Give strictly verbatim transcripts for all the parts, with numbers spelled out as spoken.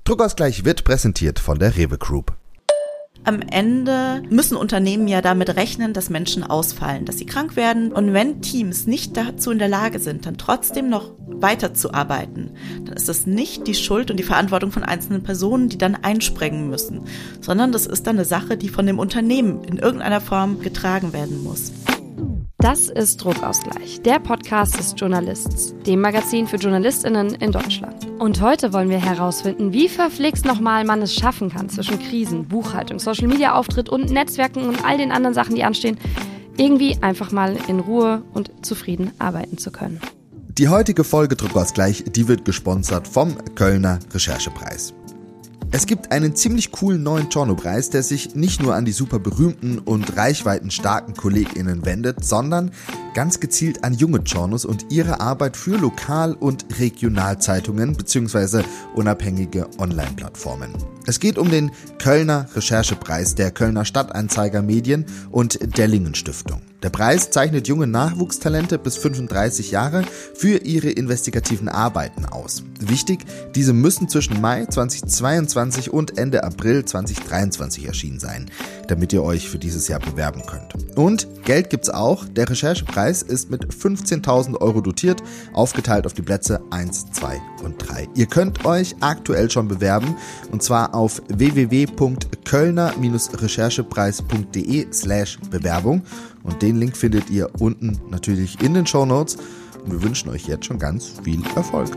Druckausgleich wird präsentiert von der Rewe Group. Am Ende müssen Unternehmen ja damit rechnen, dass Menschen ausfallen, dass sie krank werden. Und wenn Teams nicht dazu in der Lage sind, dann trotzdem noch weiterzuarbeiten, dann ist das nicht die Schuld und die Verantwortung von einzelnen Personen, die dann einspringen müssen, sondern das ist dann eine Sache, die von dem Unternehmen in irgendeiner Form getragen werden muss. Das ist Druckausgleich, der Podcast des Journalists, dem Magazin für JournalistInnen in Deutschland. Und heute wollen wir herausfinden, wie verflixt nochmal man es schaffen kann, zwischen Krisen, Buchhaltung, Social-Media-Auftritt und Netzwerken und all den anderen Sachen, die anstehen, irgendwie einfach mal in Ruhe und zufrieden arbeiten zu können. Die heutige Folge Druckausgleich, die wird gesponsert vom Kölner Recherchepreis. Es gibt einen ziemlich coolen neuen Journo-Preis, der sich nicht nur an die super berühmten und reichweitenstarken KollegInnen wendet, sondern ganz gezielt an junge Journos und ihre Arbeit für Lokal- und Regionalzeitungen bzw. unabhängige Online-Plattformen. Es geht um den Kölner Recherchepreis der Kölner Stadtanzeiger Medien und der Lingen Stiftung. Der Preis zeichnet junge Nachwuchstalente bis fünfunddreißig Jahre für ihre investigativen Arbeiten aus. Wichtig, diese müssen zwischen Mai zweitausendzweiundzwanzig und Ende April zweitausenddreiundzwanzig erschienen sein, damit ihr euch für dieses Jahr bewerben könnt. Und Geld gibt's auch. Der Recherchepreis ist mit fünfzehntausend Euro dotiert, aufgeteilt auf die Plätze eins, zwei und drei. Ihr könnt euch aktuell schon bewerben und zwar auf w w w punkt kölner recherchepreis punkt d e slash Bewerbung. Und den Link findet ihr unten natürlich in den Shownotes. Und wir wünschen euch jetzt schon ganz viel Erfolg.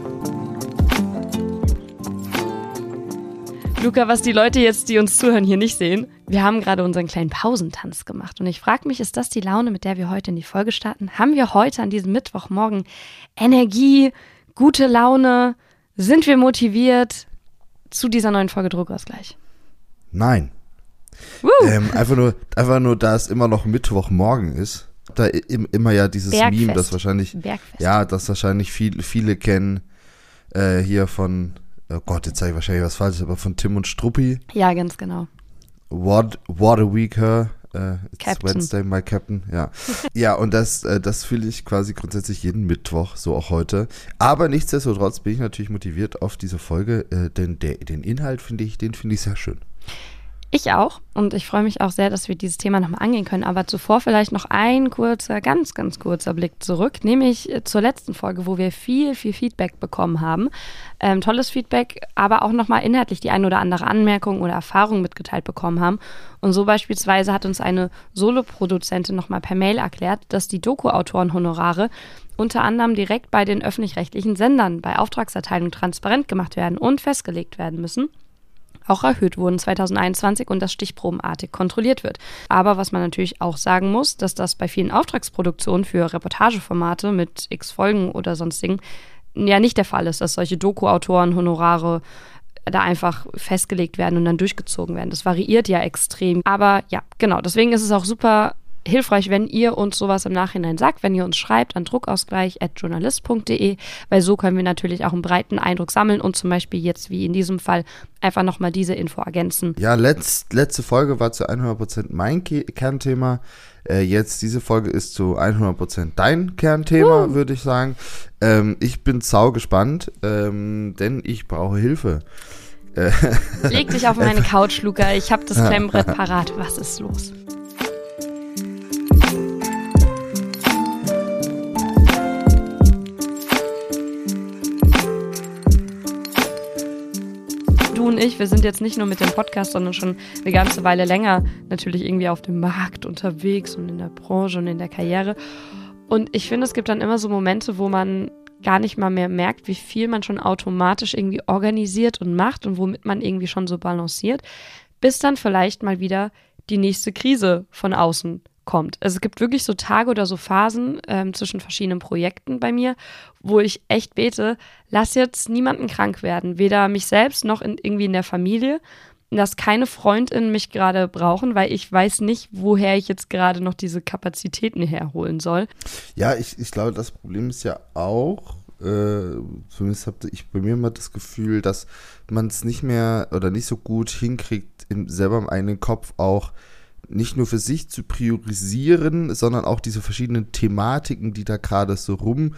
Luca, was die Leute jetzt, die uns zuhören, hier nicht sehen, wir haben gerade unseren kleinen Pausentanz gemacht. Und ich frage mich, ist das die Laune, mit der wir heute in die Folge starten? Haben wir heute an diesem Mittwochmorgen Energie, gute Laune? Sind wir motiviert zu dieser neuen Folge Druckausgleich? Nein. Ähm, einfach nur, einfach nur, da es immer noch Mittwochmorgen ist, da im, immer ja dieses Bergfest. Meme, das wahrscheinlich, Bergfest. ja, das wahrscheinlich viel, viele kennen, äh, hier von, oh Gott, jetzt sage ich wahrscheinlich was Falsches, aber von Tim und Struppi. Ja, ganz genau. What, what a week, her. Uh, it's Captain. Wednesday, my Captain, ja. Ja, und das, äh, das fühle ich quasi grundsätzlich jeden Mittwoch, so auch heute. Aber nichtsdestotrotz bin ich natürlich motiviert auf diese Folge, äh, denn der, den Inhalt finde ich, den finde ich sehr schön. Ich auch und ich freue mich auch sehr, dass wir dieses Thema nochmal angehen können. Aber zuvor vielleicht noch ein kurzer, ganz, ganz kurzer Blick zurück, nämlich zur letzten Folge, wo wir viel, viel Feedback bekommen haben. Ähm, tolles Feedback, aber auch nochmal inhaltlich die ein oder andere Anmerkung oder Erfahrung mitgeteilt bekommen haben. Und so beispielsweise hat uns eine Soloproduzentin nochmal per Mail erklärt, dass die Doku-Autoren-Honorare unter anderem direkt bei den öffentlich-rechtlichen Sendern bei Auftragserteilung transparent gemacht werden und festgelegt werden müssen. Auch erhöht wurden zweitausendeinundzwanzig und das stichprobenartig kontrolliert wird. Aber was man natürlich auch sagen muss, dass das bei vielen Auftragsproduktionen für Reportageformate mit x Folgen oder sonstigen ja nicht der Fall ist, dass solche Doku-Autoren, Honorare da einfach festgelegt werden und dann durchgezogen werden. Das variiert ja extrem. Aber ja, genau, deswegen ist es auch super hilfreich, wenn ihr uns sowas im Nachhinein sagt, wenn ihr uns schreibt an druckausgleich at journalist punkt d e, weil so können wir natürlich auch einen breiten Eindruck sammeln und zum Beispiel jetzt wie in diesem Fall einfach nochmal diese Info ergänzen. Ja, letzt, letzte Folge war zu hundert Prozent mein Ke- Kernthema. Äh, jetzt diese Folge ist zu hundert Prozent dein Kernthema, uh. würde ich sagen. Ähm, ich bin sau gespannt, ähm, denn ich brauche Hilfe. Leg dich auf meine Couch, Luca. Ich habe das Klemmbrett parat. Was ist los? Du und ich, wir sind jetzt nicht nur mit dem Podcast, sondern schon eine ganze Weile länger natürlich irgendwie auf dem Markt unterwegs und in der Branche und in der Karriere. Und ich finde, es gibt dann immer so Momente, wo man gar nicht mal mehr merkt, wie viel man schon automatisch irgendwie organisiert und macht und womit man irgendwie schon so balanciert, bis dann vielleicht mal wieder die nächste Krise von außen kommt. Also es gibt wirklich so Tage oder so Phasen ähm, zwischen verschiedenen Projekten bei mir, wo ich echt bete, lass jetzt niemanden krank werden, weder mich selbst noch in, irgendwie in der Familie, dass keine FreundInnen mich gerade brauchen, weil ich weiß nicht, woher ich jetzt gerade noch diese Kapazitäten herholen soll. Ja, ich, ich glaube, das Problem ist ja auch, äh, zumindest habe ich bei mir immer das Gefühl, dass man es nicht mehr oder nicht so gut hinkriegt, im, selber im eigenen Kopf auch nicht nur für sich zu priorisieren, sondern auch diese verschiedenen Thematiken, die da gerade so rum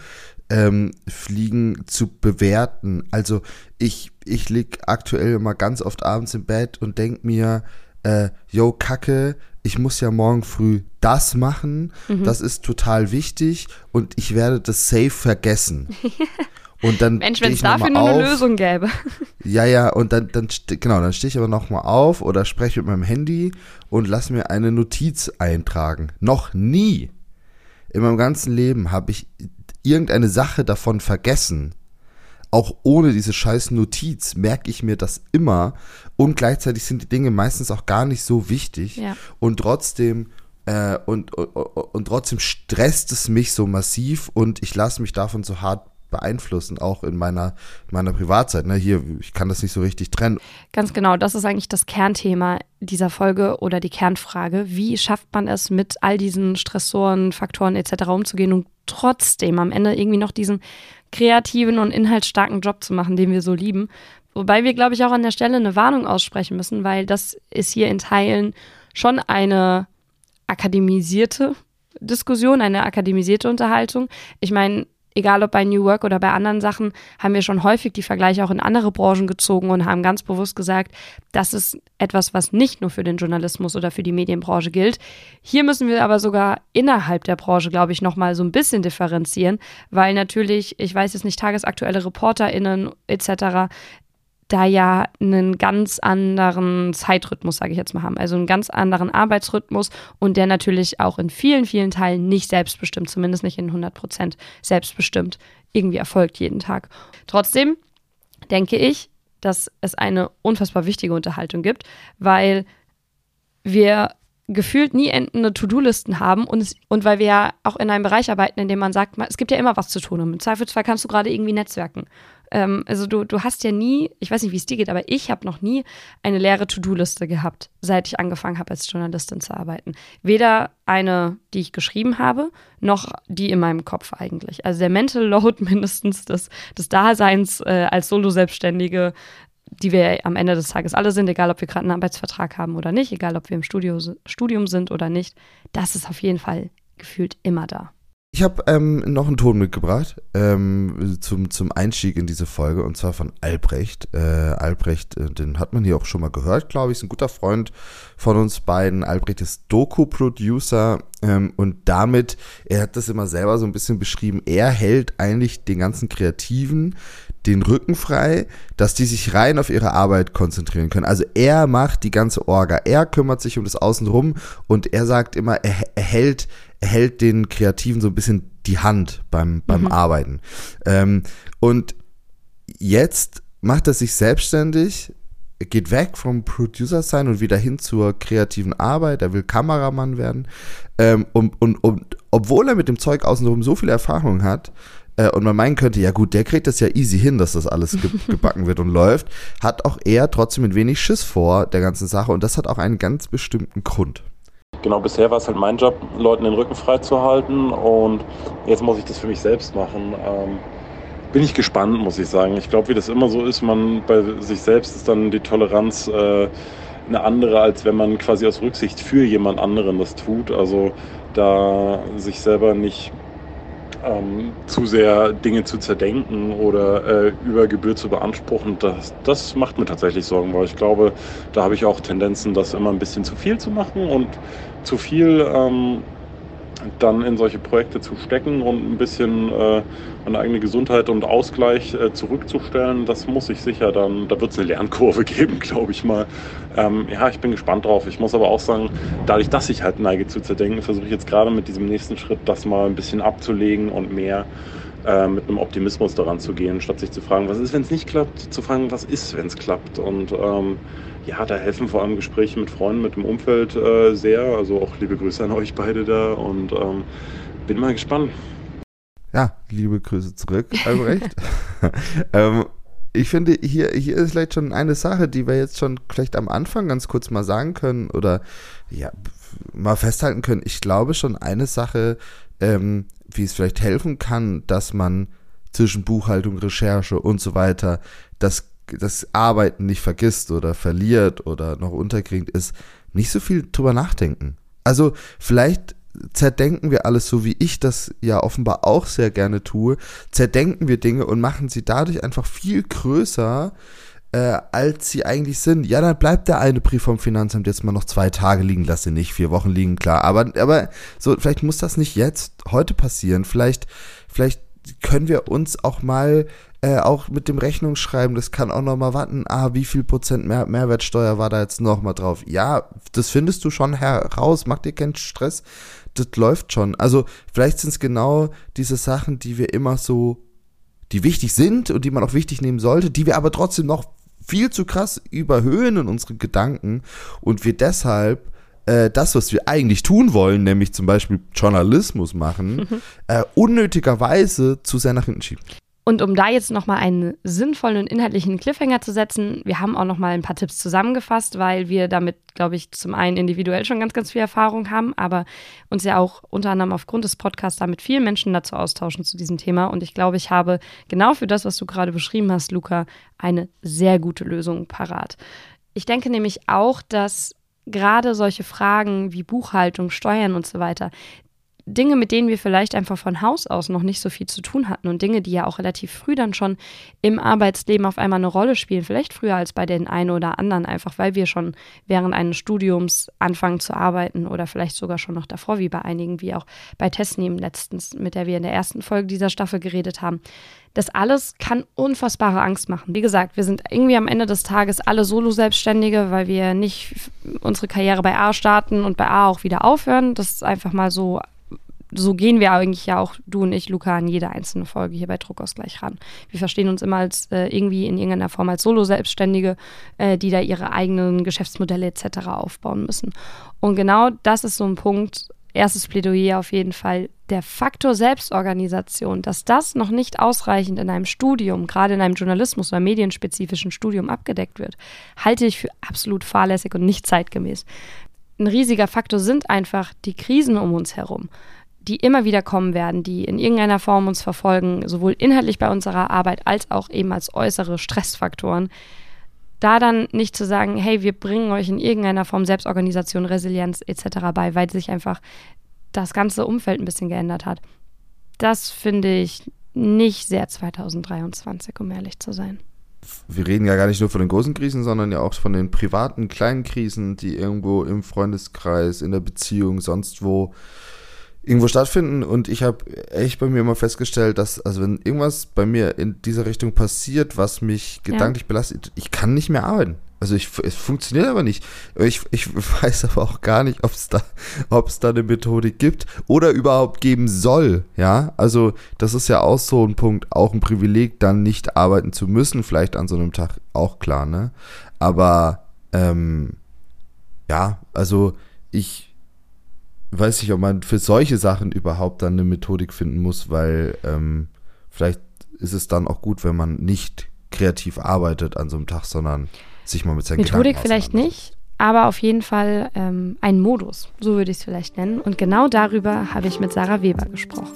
ähm, Fliegen zu bewerten. Also ich, ich lieg aktuell immer ganz oft abends im Bett und denk mir, äh, yo, Kacke, ich muss ja morgen früh das machen, mhm. das ist total wichtig und ich werde das safe vergessen. Und dann Mensch, wenn es dafür nur eine Lösung gäbe. Ja, ja, und dann, dann genau, dann stehe ich aber nochmal auf oder spreche mit meinem Handy und lass mir eine Notiz eintragen. Noch nie in meinem ganzen Leben habe ich irgendeine Sache davon vergessen. Auch ohne diese scheiß Notiz merke ich mir das immer und gleichzeitig sind die Dinge meistens auch gar nicht so wichtig ja. und trotzdem äh, und, und, und trotzdem stresst es mich so massiv und ich lasse mich davon so hart beeinflussen, auch in meiner, meiner Privatzeit. Ne? Hier, ich kann das nicht so richtig trennen. Ganz genau, das ist eigentlich das Kernthema dieser Folge oder die Kernfrage. Wie schafft man es, mit all diesen Stressoren, Faktoren et cetera umzugehen und trotzdem am Ende irgendwie noch diesen kreativen und inhaltsstarken Job zu machen, den wir so lieben. Wobei wir, glaube ich, auch an der Stelle eine Warnung aussprechen müssen, weil das ist hier in Teilen schon eine akademisierte Diskussion, eine akademisierte Unterhaltung. Ich meine, egal ob bei New Work oder bei anderen Sachen, haben wir schon häufig die Vergleiche auch in andere Branchen gezogen und haben ganz bewusst gesagt, das ist etwas, was nicht nur für den Journalismus oder für die Medienbranche gilt. Hier müssen wir aber sogar innerhalb der Branche, glaube ich, nochmal so ein bisschen differenzieren, weil natürlich, ich weiß jetzt nicht, tagesaktuelle ReporterInnen et cetera da ja einen ganz anderen Zeitrhythmus, sage ich jetzt mal, haben. Also einen ganz anderen Arbeitsrhythmus und der natürlich auch in vielen, vielen Teilen nicht selbstbestimmt, zumindest nicht in hundert Prozent selbstbestimmt, irgendwie erfolgt jeden Tag. Trotzdem denke ich, dass es eine unfassbar wichtige Unterhaltung gibt, weil wir gefühlt nie endende To-Do-Listen haben und, es, und weil wir ja auch in einem Bereich arbeiten, in dem man sagt, es gibt ja immer was zu tun und im Zweifelsfall kannst du gerade irgendwie netzwerken. Ähm, also du, du hast ja nie, ich weiß nicht, wie es dir geht, aber ich habe noch nie eine leere To-Do-Liste gehabt, seit ich angefangen habe, als Journalistin zu arbeiten. Weder eine, die ich geschrieben habe, noch die in meinem Kopf eigentlich. Also der Mental Load mindestens des, des Daseins äh, als Solo-Selbstständige, die wir am Ende des Tages alle sind, egal ob wir gerade einen Arbeitsvertrag haben oder nicht, egal ob wir im Studio, Studium sind oder nicht, das ist auf jeden Fall gefühlt immer da. Ich habe ähm, noch einen Ton mitgebracht ähm, zum, zum Einstieg in diese Folge und zwar von Albrecht. Äh, Albrecht, äh, den hat man hier auch schon mal gehört, glaube ich, ist ein guter Freund von uns beiden. Albrecht ist Doku-Producer ähm, und damit, er hat das immer selber so ein bisschen beschrieben, er hält eigentlich den ganzen Kreativen den Rücken frei, dass die sich rein auf ihre Arbeit konzentrieren können. Also er macht die ganze Orga, er kümmert sich um das Außenrum und er sagt immer, er, er hält er hält den Kreativen so ein bisschen die Hand beim, beim mhm. Arbeiten. Ähm, und jetzt macht er sich selbstständig, geht weg vom Producer sein und wieder hin zur kreativen Arbeit. Er will Kameramann werden. Ähm, und, und, und obwohl er mit dem Zeug außenrum so viel Erfahrung hat, äh, und man meinen könnte, ja gut, der kriegt das ja easy hin, dass das alles ge- gebacken wird und läuft, hat auch er trotzdem ein wenig Schiss vor der ganzen Sache. Und das hat auch einen ganz bestimmten Grund. Genau, bisher war es halt mein Job, Leuten den Rücken frei zu halten und jetzt muss ich das für mich selbst machen. Ähm, bin ich gespannt, muss ich sagen. Ich glaube, wie das immer so ist, man bei sich selbst ist dann die Toleranz äh, eine andere, als wenn man quasi aus Rücksicht für jemand anderen das tut. Also da sich selber nicht ähm, zu sehr Dinge zu zerdenken oder äh, über Gebühr zu beanspruchen, das, das macht mir tatsächlich Sorgen, weil ich glaube, da habe ich auch Tendenzen, das immer ein bisschen zu viel zu machen und zu viel ähm, dann in solche Projekte zu stecken und ein bisschen äh, meine eigene Gesundheit und Ausgleich äh, zurückzustellen, das muss ich sicher dann, da wird es eine Lernkurve geben, glaube ich mal. Ähm, ja, ich bin gespannt drauf. Ich muss aber auch sagen, dadurch, dass ich halt neige zu zerdenken, versuche ich jetzt gerade mit diesem nächsten Schritt, das mal ein bisschen abzulegen und mehr äh, mit einem Optimismus daran zu gehen, statt sich zu fragen, was ist, wenn es nicht klappt, zu fragen, was ist, wenn es klappt. Und ähm, ja, da helfen vor allem Gespräche mit Freunden, mit dem Umfeld äh, sehr. Also auch liebe Grüße an euch beide da und ähm, bin mal gespannt. Ja, liebe Grüße zurück, Albrecht. ähm, ich finde, hier, hier ist vielleicht schon eine Sache, die wir jetzt schon vielleicht am Anfang ganz kurz mal sagen können oder ja, mal festhalten können. Ich glaube schon eine Sache, ähm, wie es vielleicht helfen kann, dass man zwischen Buchhaltung, Recherche und so weiter das das Arbeiten nicht vergisst oder verliert oder noch unterkriegt, ist nicht so viel drüber nachdenken. Also vielleicht zerdenken wir alles, so wie ich das ja offenbar auch sehr gerne tue, zerdenken wir Dinge und machen sie dadurch einfach viel größer, äh, als sie eigentlich sind. Ja, dann bleibt der eine Brief vom Finanzamt jetzt mal noch zwei Tage liegen, lass ihn nicht, vier Wochen liegen, klar. Aber, aber so, vielleicht muss das nicht jetzt, heute passieren. Vielleicht, vielleicht können wir uns auch mal äh, auch mit dem Rechnungsschreiben, das kann auch noch mal warten, ah, wie viel Prozent mehr Mehrwertsteuer war da jetzt noch mal drauf? Ja, das findest du schon heraus, mach dir keinen Stress, das läuft schon. Also vielleicht sind es genau diese Sachen, die wir immer so, die wichtig sind und die man auch wichtig nehmen sollte, die wir aber trotzdem noch viel zu krass überhöhen in unseren Gedanken und wir deshalb äh, das, was wir eigentlich tun wollen, nämlich zum Beispiel Journalismus machen, mhm. äh, unnötigerweise zu sehr nach hinten schieben. Und um da jetzt nochmal einen sinnvollen und inhaltlichen Cliffhanger zu setzen, wir haben auch nochmal ein paar Tipps zusammengefasst, weil wir damit, glaube ich, zum einen individuell schon ganz, ganz viel Erfahrung haben, aber uns ja auch unter anderem aufgrund des Podcasts da mit vielen Menschen dazu austauschen zu diesem Thema. Und ich glaube, ich habe genau für das, was du gerade beschrieben hast, Luca, eine sehr gute Lösung parat. Ich denke nämlich auch, dass gerade solche Fragen wie Buchhaltung, Steuern und so weiter, Dinge, mit denen wir vielleicht einfach von Haus aus noch nicht so viel zu tun hatten und Dinge, die ja auch relativ früh dann schon im Arbeitsleben auf einmal eine Rolle spielen, vielleicht früher als bei den einen oder anderen, einfach weil wir schon während eines Studiums anfangen zu arbeiten oder vielleicht sogar schon noch davor, wie bei einigen, wie auch bei Tesnim letztens, mit der wir in der ersten Folge dieser Staffel geredet haben. Das alles kann unfassbare Angst machen. Wie gesagt, wir sind irgendwie am Ende des Tages alle Solo-Selbstständige, weil wir nicht unsere Karriere bei A starten und bei A auch wieder aufhören. Das ist einfach mal so. So gehen wir eigentlich ja auch, du und ich, Luca, an jede einzelne Folge hier bei Druckausgleich ran. Wir verstehen uns immer als äh, irgendwie in irgendeiner Form als Solo-Selbstständige, äh, die da ihre eigenen Geschäftsmodelle et cetera aufbauen müssen. Und genau das ist so ein Punkt, erstes Plädoyer auf jeden Fall, der Faktor Selbstorganisation, dass das noch nicht ausreichend in einem Studium, gerade in einem Journalismus- oder medienspezifischen Studium abgedeckt wird, halte ich für absolut fahrlässig und nicht zeitgemäß. Ein riesiger Faktor sind einfach die Krisen um uns herum, die immer wieder kommen werden, die in irgendeiner Form uns verfolgen, sowohl inhaltlich bei unserer Arbeit als auch eben als äußere Stressfaktoren. Da dann nicht zu sagen, hey, wir bringen euch in irgendeiner Form Selbstorganisation, Resilienz et cetera bei, weil sich einfach das ganze Umfeld ein bisschen geändert hat. Das finde ich nicht sehr zwanzig dreiundzwanzig, um ehrlich zu sein. Wir reden ja gar nicht nur von den großen Krisen, sondern ja auch von den privaten, kleinen Krisen, die irgendwo im Freundeskreis, in der Beziehung, sonst wo irgendwo stattfinden. Und ich habe echt bei mir immer festgestellt, dass, also wenn irgendwas bei mir in dieser Richtung passiert, was mich gedanklich ja. belastet, ich kann nicht mehr arbeiten. Also ich, es funktioniert aber nicht. Ich, ich weiß aber auch gar nicht, ob es da, ob es da eine Methodik gibt oder überhaupt geben soll. Ja, also das ist ja auch so ein Punkt, auch ein Privileg, dann nicht arbeiten zu müssen, vielleicht an so einem Tag, auch klar, ne? Aber ähm, ja, also ich weiß nicht, ob man für solche Sachen überhaupt dann eine Methodik finden muss, weil ähm, vielleicht ist es dann auch gut, wenn man nicht kreativ arbeitet an so einem Tag, sondern sich mal mit seinen Methodik Gedanken vielleicht nicht, aber auf jeden Fall ähm, ein Modus, so würde ich es vielleicht nennen. Und genau darüber habe ich mit Sarah Weber gesprochen.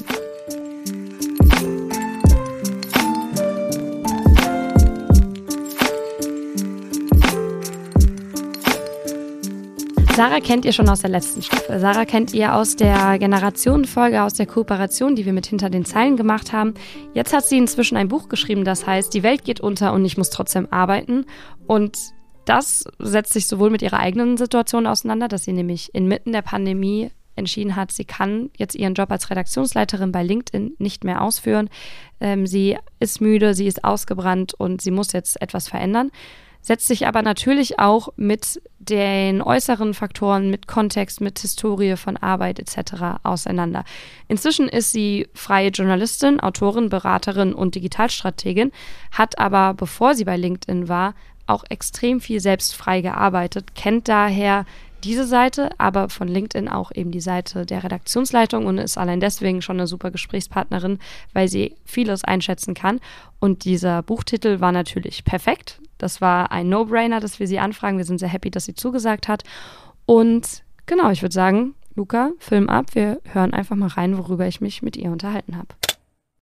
Sarah kennt ihr schon aus der letzten Staffel. Sarah kennt ihr aus der Generationenfolge, aus der Kooperation, die wir mit Hinter den Zeilen gemacht haben. Jetzt hat sie inzwischen ein Buch geschrieben, das heißt, die Welt geht unter und ich muss trotzdem arbeiten. Und das setzt sich sowohl mit ihrer eigenen Situation auseinander, dass sie nämlich inmitten der Pandemie entschieden hat, sie kann jetzt ihren Job als Redaktionsleiterin bei LinkedIn nicht mehr ausführen. Ähm, sie ist müde, sie ist ausgebrannt und sie muss jetzt etwas verändern. Setzt sich aber natürlich auch mit den äußeren Faktoren, mit Kontext, mit Historie von Arbeit et cetera auseinander. Inzwischen ist sie freie Journalistin, Autorin, Beraterin und Digitalstrategin, hat aber, bevor sie bei LinkedIn war, auch extrem viel selbst frei gearbeitet, kennt daher diese Seite, aber von LinkedIn auch eben die Seite der Redaktionsleitung und ist allein deswegen schon eine super Gesprächspartnerin, weil sie vieles einschätzen kann. Und dieser Buchtitel war natürlich perfekt. Das war ein No-Brainer, dass wir sie anfragen. Wir sind sehr happy, dass sie zugesagt hat. Und genau, ich würde sagen, Luca, Film ab. Wir hören einfach mal rein, worüber ich mich mit ihr unterhalten habe.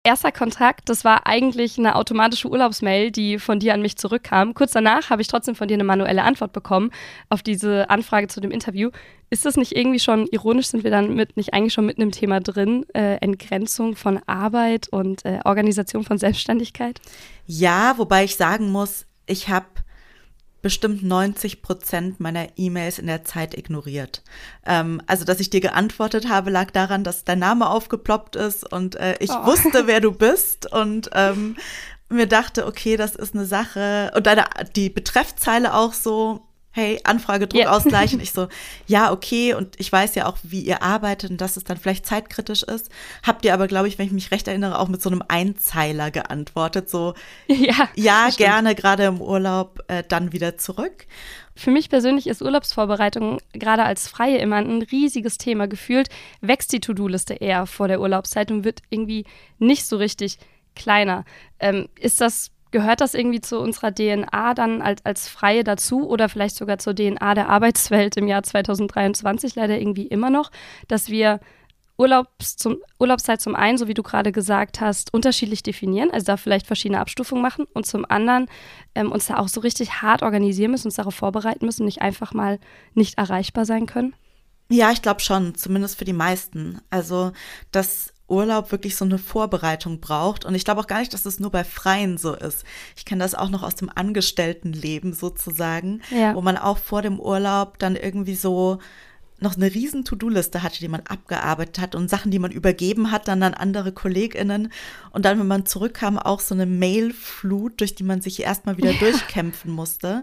erster Kontakt, das war eigentlich eine automatische Urlaubsmail, die von dir an mich zurückkam. Kurz danach habe ich trotzdem von dir eine manuelle Antwort bekommen auf diese Anfrage zu dem Interview. Ist das nicht irgendwie schon ironisch, sind wir dann mit nicht eigentlich schon mitten im Thema drin, äh, Entgrenzung von Arbeit und äh, Organisation von Selbstständigkeit? Ja, wobei ich sagen muss, ich habe bestimmt neunzig Prozent meiner E-Mails in der Zeit ignoriert. Ähm, also, dass ich dir geantwortet habe, lag daran, dass dein Name aufgeploppt ist und äh, ich oh. wusste, wer du bist und ähm, mir dachte, okay, das ist eine Sache. Und deine, die Betreffzeile auch so, hey, Anfrage, Druck yeah. ausgleichen. Ich so, ja, okay. Und ich weiß ja auch, wie ihr arbeitet und dass es dann vielleicht zeitkritisch ist. Habt ihr aber, glaube ich, wenn ich mich recht erinnere, auch mit so einem Einzeiler geantwortet. So, ja, ja gerne, gerade im Urlaub, äh, dann wieder zurück. Für mich persönlich ist Urlaubsvorbereitung gerade als Freie immer ein riesiges Thema. Gefühlt wächst die To-Do-Liste eher vor der Urlaubszeit und wird irgendwie nicht so richtig kleiner. Ähm, ist das Gehört das irgendwie zu unserer D N A dann als, als Freie dazu oder vielleicht sogar zur D N A der Arbeitswelt im Jahr zwanzig dreiundzwanzig leider irgendwie immer noch, dass wir Urlaubs zum, Urlaubszeit zum einen, so wie du gerade gesagt hast, unterschiedlich definieren, also da vielleicht verschiedene Abstufungen machen und zum anderen ähm, uns da auch so richtig hart organisieren müssen, uns darauf vorbereiten müssen und nicht einfach mal nicht erreichbar sein können? Ja, ich glaube schon, zumindest für die meisten. Also, dass Urlaub wirklich so eine Vorbereitung braucht. Und ich glaube auch gar nicht, dass das nur bei Freien so ist. Ich kenne das auch noch aus dem Angestelltenleben sozusagen, ja. wo man auch vor dem Urlaub dann irgendwie so noch eine riesen To-Do-Liste hatte, die man abgearbeitet hat und Sachen, die man übergeben hat, dann an andere KollegInnen. Und dann, wenn man zurückkam, auch so eine Mailflut, durch die man sich erstmal wieder ja. durchkämpfen musste.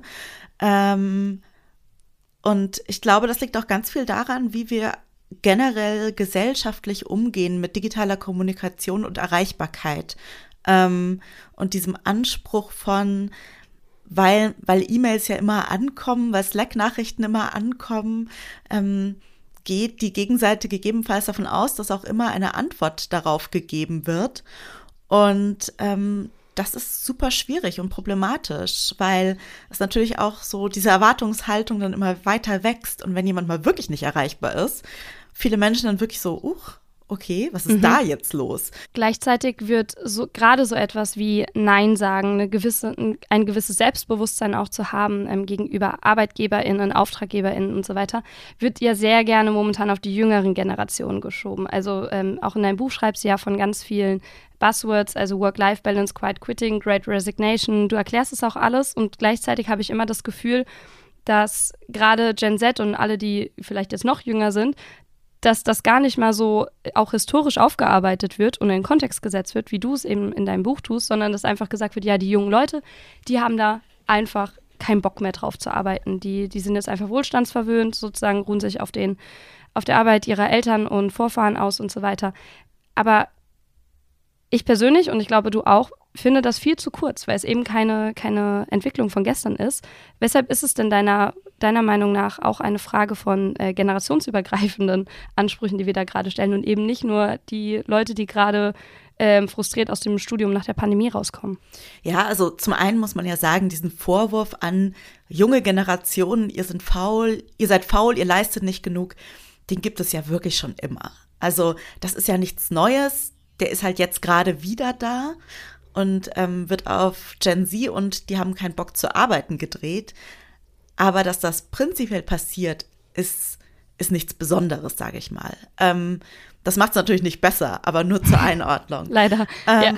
Ähm, und ich glaube, das liegt auch ganz viel daran, wie wir generell gesellschaftlich umgehen mit digitaler Kommunikation und Erreichbarkeit ähm, und diesem Anspruch von, weil, weil E-Mails ja immer ankommen, weil Slack-Nachrichten immer ankommen, ähm, geht die Gegenseite gegebenenfalls davon aus, dass auch immer eine Antwort darauf gegeben wird. Und ähm, das ist super schwierig und problematisch, weil es natürlich auch so diese Erwartungshaltung dann immer weiter wächst. Und wenn jemand mal wirklich nicht erreichbar ist, viele Menschen dann wirklich so, uch, okay, was ist mhm. da jetzt los? Gleichzeitig wird so gerade so etwas wie Nein sagen, eine gewisse, ein gewisses Selbstbewusstsein auch zu haben ähm, gegenüber ArbeitgeberInnen, AuftraggeberInnen und so weiter, wird ja sehr gerne momentan auf die jüngeren Generationen geschoben. Also ähm, auch in deinem Buch schreibst du ja von ganz vielen Buzzwords, also Work-Life-Balance, Quiet Quitting, Great Resignation. Du erklärst es auch alles und gleichzeitig habe ich immer das Gefühl, dass gerade Gen Z und alle, die vielleicht jetzt noch jünger sind, dass das gar nicht mal so auch historisch aufgearbeitet wird und in den Kontext gesetzt wird, wie du es eben in deinem Buch tust, sondern dass einfach gesagt wird, ja, die jungen Leute, die haben da einfach keinen Bock mehr drauf zu arbeiten. Die, die sind jetzt einfach wohlstandsverwöhnt, sozusagen ruhen sich auf, den, auf der Arbeit ihrer Eltern und Vorfahren aus und so weiter. Aber ich persönlich, und ich glaube du auch, finde das viel zu kurz, weil es eben keine, keine Entwicklung von gestern ist. Weshalb ist es denn deiner, deiner Meinung nach auch eine Frage von äh, generationsübergreifenden Ansprüchen, die wir da gerade stellen und eben nicht nur die Leute, die gerade ähm, frustriert aus dem Studium nach der Pandemie rauskommen? Ja, also zum einen muss man ja sagen, diesen Vorwurf an junge Generationen, ihr seid faul, ihr seid faul, ihr leistet nicht genug, den gibt es ja wirklich schon immer. Also das ist ja nichts Neues, der ist halt jetzt gerade wieder da und ähm, wird auf Gen Z und die haben keinen Bock zu arbeiten gedreht. Aber dass das prinzipiell passiert, ist, ist nichts Besonderes, sage ich mal. Ähm, das macht es natürlich nicht besser, aber nur zur Einordnung. Leider, ähm, ja.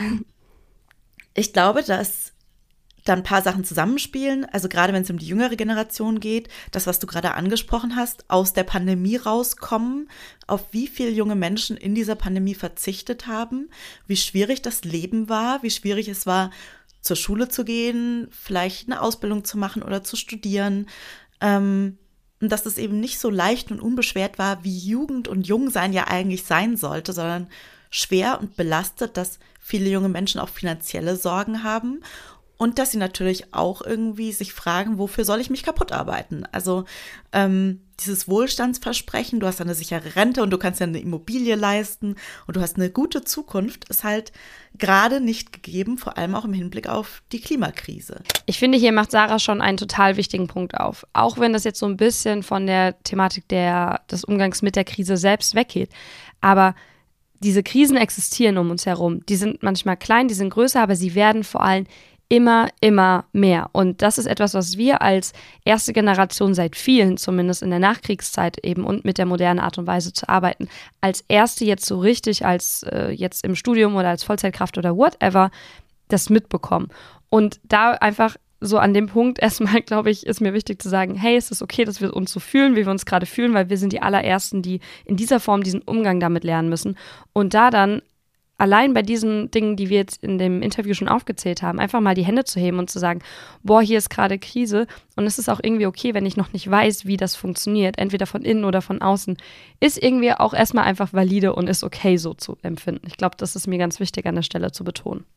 Ich glaube, dass da ein paar Sachen zusammenspielen. Also gerade wenn es um die jüngere Generation geht, das, was du gerade angesprochen hast, aus der Pandemie rauskommen, auf wie viele junge Menschen in dieser Pandemie verzichtet haben, wie schwierig das Leben war, wie schwierig es war, zur Schule zu gehen, vielleicht eine Ausbildung zu machen oder zu studieren. Ähm, und dass es eben nicht so leicht und unbeschwert war, wie Jugend und Jungsein ja eigentlich sein sollte, sondern schwer und belastet, dass viele junge Menschen auch finanzielle Sorgen haben. Und dass sie natürlich auch irgendwie sich fragen, wofür soll ich mich kaputt arbeiten? Also ähm, dieses Wohlstandsversprechen, du hast eine sichere Rente und du kannst ja eine Immobilie leisten und du hast eine gute Zukunft, ist halt gerade nicht gegeben, vor allem auch im Hinblick auf die Klimakrise. Ich finde, hier macht Sarah schon einen total wichtigen Punkt auf. Auch wenn das jetzt so ein bisschen von der Thematik der, des Umgangs mit der Krise selbst weggeht. Aber diese Krisen existieren um uns herum. Die sind manchmal klein, die sind größer, aber sie werden vor allem immer, immer mehr. Und das ist etwas, was wir als erste Generation seit vielen, zumindest in der Nachkriegszeit eben und mit der modernen Art und Weise zu arbeiten, als erste jetzt so richtig, als äh, jetzt im Studium oder als Vollzeitkraft oder whatever, das mitbekommen. Und da einfach so an dem Punkt erstmal, glaube ich, ist mir wichtig zu sagen, hey, es ist okay, dass wir uns so fühlen, wie wir uns gerade fühlen, weil wir sind die allerersten, die in dieser Form diesen Umgang damit lernen müssen. Und da dann allein bei diesen Dingen, die wir jetzt in dem Interview schon aufgezählt haben, einfach mal die Hände zu heben und zu sagen, boah, hier ist gerade Krise und es ist auch irgendwie okay, wenn ich noch nicht weiß, wie das funktioniert, entweder von innen oder von außen, ist irgendwie auch erstmal einfach valide und ist okay, so zu empfinden. Ich glaube, das ist mir ganz wichtig an der Stelle zu betonen.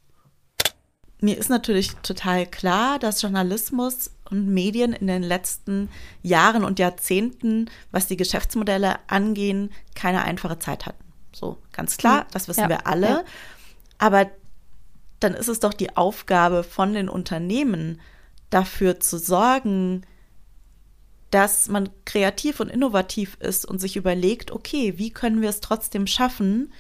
Mir ist natürlich total klar, dass Journalismus und Medien in den letzten Jahren und Jahrzehnten, was die Geschäftsmodelle angehen, keine einfache Zeit hatten. So, ganz klar, das wissen ja, wir alle. Ja. Aber dann ist es doch die Aufgabe von den Unternehmen, dafür zu sorgen, dass man kreativ und innovativ ist und sich überlegt, okay, wie können wir es trotzdem schaffen,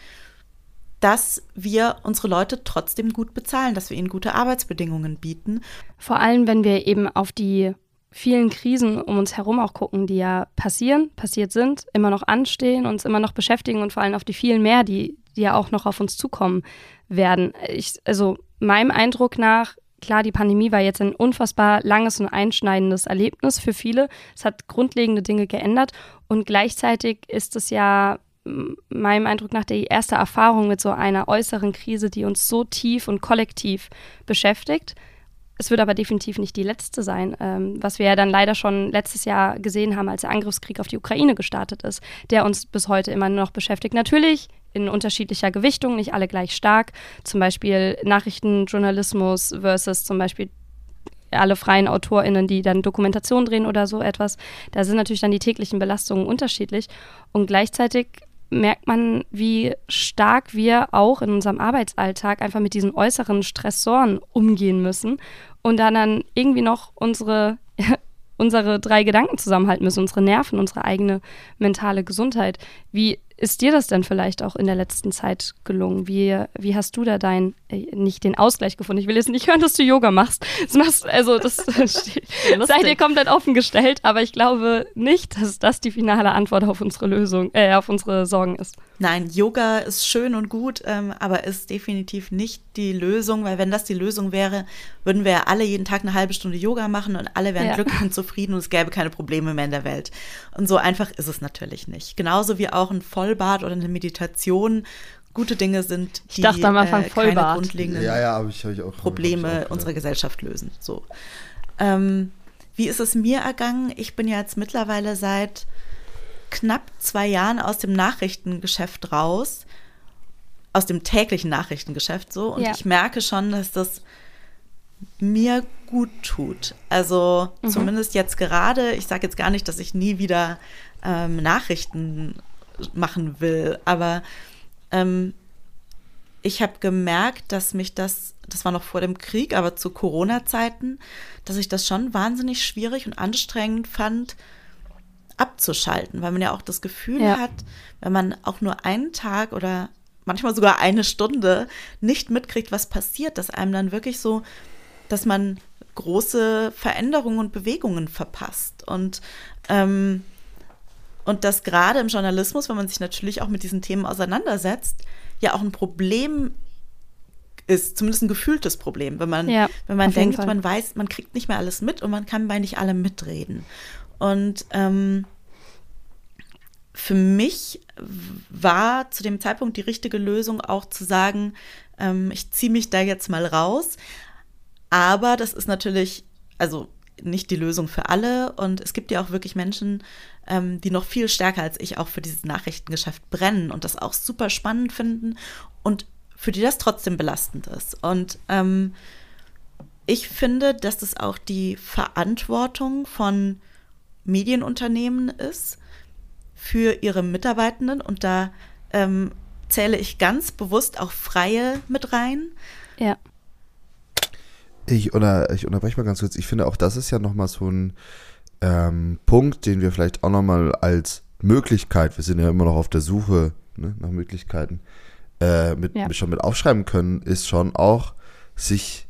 dass wir unsere Leute trotzdem gut bezahlen, dass wir ihnen gute Arbeitsbedingungen bieten. Vor allem, wenn wir eben auf die vielen Krisen um uns herum auch gucken, die ja passieren, passiert sind, immer noch anstehen, uns immer noch beschäftigen und vor allem auf die vielen mehr, die, die ja auch noch auf uns zukommen werden. Ich, also meinem Eindruck nach, klar, die Pandemie war jetzt ein unfassbar langes und einschneidendes Erlebnis für viele. Es hat grundlegende Dinge geändert und gleichzeitig ist es ja meinem Eindruck nach die erste Erfahrung mit so einer äußeren Krise, die uns so tief und kollektiv beschäftigt. Es wird aber definitiv nicht die letzte sein, ähm, was wir ja dann leider schon letztes Jahr gesehen haben, als der Angriffskrieg auf die Ukraine gestartet ist, der uns bis heute immer noch beschäftigt. Natürlich in unterschiedlicher Gewichtung, nicht alle gleich stark. Zum Beispiel Nachrichtenjournalismus versus zum Beispiel alle freien AutorInnen, die dann Dokumentation drehen oder so etwas. Da sind natürlich dann die täglichen Belastungen unterschiedlich. Und gleichzeitig merkt man, wie stark wir auch in unserem Arbeitsalltag einfach mit diesen äußeren Stressoren umgehen müssen und dann, dann irgendwie noch unsere, unsere drei Gedanken zusammenhalten müssen, unsere Nerven, unsere eigene mentale Gesundheit. Wie ist dir das denn vielleicht auch in der letzten Zeit gelungen? Wie, wie hast du da dein, äh, nicht den Ausgleich gefunden? Ich will jetzt nicht hören, dass du Yoga machst. Das machst also das sei dir komplett offen gestellt, aber ich glaube nicht, dass das die finale Antwort auf unsere Lösung, äh, auf unsere Sorgen ist. Nein, Yoga ist schön und gut, ähm, aber ist definitiv nicht die Lösung, weil wenn das die Lösung wäre, würden wir ja alle jeden Tag eine halbe Stunde Yoga machen und alle wären ja. glücklich und zufrieden und es gäbe keine Probleme mehr in der Welt. Und so einfach ist es natürlich nicht. Genauso wie auch ein Vollbad oder eine Meditation gute Dinge sind, die ich dachte am Anfang äh, keine Vollbad. grundlegenden ja, ja, hab ich, hab ich auch, Probleme hab ich auch, unserer ja. Gesellschaft lösen. So. Ähm, wie ist es mir ergangen? Ich bin ja jetzt mittlerweile seit knapp zwei Jahren aus dem Nachrichtengeschäft raus, aus dem täglichen Nachrichtengeschäft so. Und ja. ich merke schon, dass das mir gut tut. Also mhm. zumindest jetzt gerade, ich sage jetzt gar nicht, dass ich nie wieder ähm, Nachrichten machen will, aber ähm, ich habe gemerkt, dass mich das, das war noch vor dem Krieg, aber zu Corona-Zeiten, dass ich das schon wahnsinnig schwierig und anstrengend fand, abzuschalten, weil man ja auch das Gefühl ja. hat, wenn man auch nur einen Tag oder manchmal sogar eine Stunde nicht mitkriegt, was passiert, dass einem dann wirklich so, dass man große Veränderungen und Bewegungen verpasst. Und ähm, Und das gerade im Journalismus, wenn man sich natürlich auch mit diesen Themen auseinandersetzt, ja auch ein Problem ist, zumindest ein gefühltes Problem, wenn man, ja, wenn man denkt, man weiß, man kriegt nicht mehr alles mit und man kann bei nicht allem mitreden. Und ähm, für mich war zu dem Zeitpunkt die richtige Lösung auch zu sagen, ähm, ich ziehe mich da jetzt mal raus. Aber das ist natürlich, also nicht die Lösung für alle. Und es gibt ja auch wirklich Menschen, ähm, die noch viel stärker als ich auch für dieses Nachrichtengeschäft brennen und das auch super spannend finden und für die das trotzdem belastend ist. Und ähm, ich finde, dass das auch die Verantwortung von Medienunternehmen ist für ihre Mitarbeitenden. Und da ähm, zähle ich ganz bewusst auch Freie mit rein. Ja. Ich, oder, ich unterbreche mal ganz kurz. Ich finde, auch das ist ja nochmal so ein ähm, Punkt, den wir vielleicht auch nochmal als Möglichkeit, wir sind ja immer noch auf der Suche, ne, nach Möglichkeiten, äh, mit, Ja. schon mit aufschreiben können, ist schon auch sich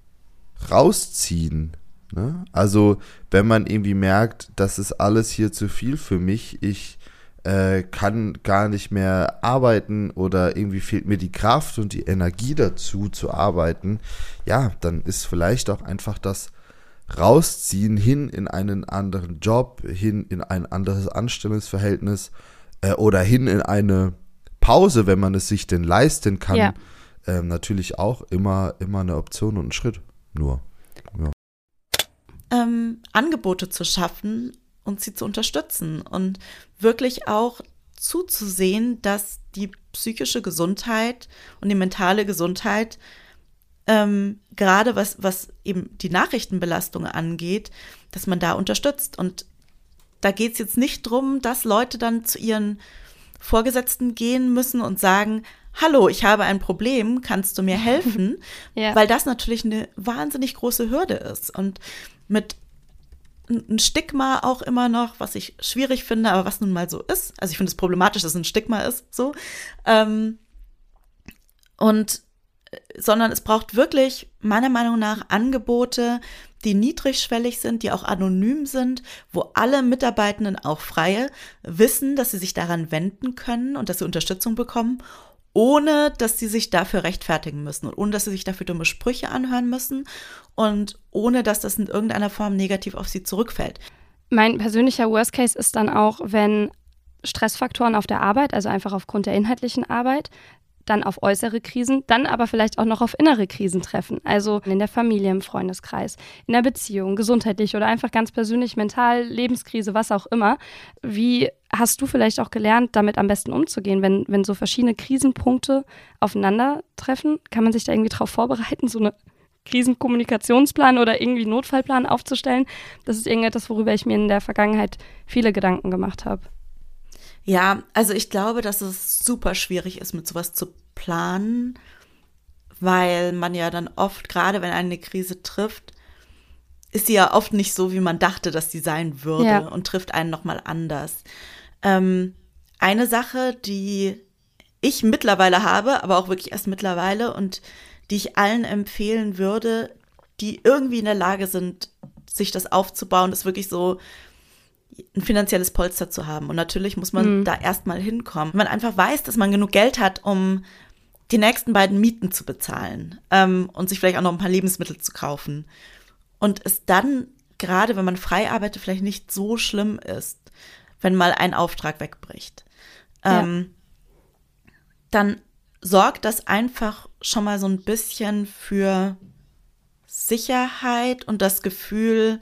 rausziehen. Ne? Also wenn man irgendwie merkt, das ist alles hier zu viel für mich, ich äh, kann gar nicht mehr arbeiten oder irgendwie fehlt mir die Kraft und die Energie dazu zu arbeiten, ja, dann ist vielleicht auch einfach das Rausziehen hin in einen anderen Job, hin in ein anderes Anstellungsverhältnis äh, oder hin in eine Pause, wenn man es sich denn leisten kann, Ja. ähm, natürlich auch immer, immer eine Option und ein Schritt. Nur, ja. Ähm, Angebote zu schaffen und sie zu unterstützen und wirklich auch zuzusehen, dass die psychische Gesundheit und die mentale Gesundheit ähm, gerade was, was eben die Nachrichtenbelastung angeht, dass man da unterstützt. Und da geht es jetzt nicht drum, dass Leute dann zu ihren Vorgesetzten gehen müssen und sagen, hallo, ich habe ein Problem, kannst du mir helfen? Ja. Weil das natürlich eine wahnsinnig große Hürde ist und mit ein Stigma auch immer noch, was ich schwierig finde, aber was nun mal so ist. Also ich finde es problematisch, dass es ein Stigma ist, so. Ähm, und sondern es braucht wirklich meiner Meinung nach Angebote, die niedrigschwellig sind, die auch anonym sind, wo alle Mitarbeitenden, auch Freie, wissen, dass sie sich daran wenden können und dass sie Unterstützung bekommen, ohne dass sie sich dafür rechtfertigen müssen und ohne dass sie sich dafür dumme Sprüche anhören müssen und ohne dass das in irgendeiner Form negativ auf sie zurückfällt. Mein persönlicher Worst Case ist dann auch, wenn Stressfaktoren auf der Arbeit, also einfach aufgrund der inhaltlichen Arbeit, dann auf äußere Krisen, dann aber vielleicht auch noch auf innere Krisen treffen. Also in der Familie, im Freundeskreis, in der Beziehung, gesundheitlich oder einfach ganz persönlich, mental, Lebenskrise, was auch immer. Wie hast du vielleicht auch gelernt, damit am besten umzugehen, wenn, wenn so verschiedene Krisenpunkte aufeinandertreffen? Kann man sich da irgendwie drauf vorbereiten, so eine Krisenkommunikationsplan oder irgendwie Notfallplan aufzustellen? Das ist irgendetwas, worüber ich mir in der Vergangenheit viele Gedanken gemacht habe. Ja, also ich glaube, dass es super schwierig ist, mit sowas zu planen, weil man ja dann oft, gerade wenn eine Krise trifft, ist sie ja oft nicht so, wie man dachte, dass sie sein würde Ja. und trifft einen nochmal anders. Ähm, eine Sache, die ich mittlerweile habe, aber auch wirklich erst mittlerweile und die ich allen empfehlen würde, die irgendwie in der Lage sind, sich das aufzubauen, ist wirklich so ein finanzielles Polster zu haben. Und natürlich muss man Mhm. da erstmal hinkommen. Wenn man einfach weiß, dass man genug Geld hat, um die nächsten beiden Mieten zu bezahlen ähm, und sich vielleicht auch noch ein paar Lebensmittel zu kaufen. Und es dann, gerade wenn man frei arbeitet, vielleicht nicht so schlimm ist, wenn mal ein Auftrag wegbricht. Ähm, ja. Dann sorgt das einfach schon mal so ein bisschen für Sicherheit und das Gefühl,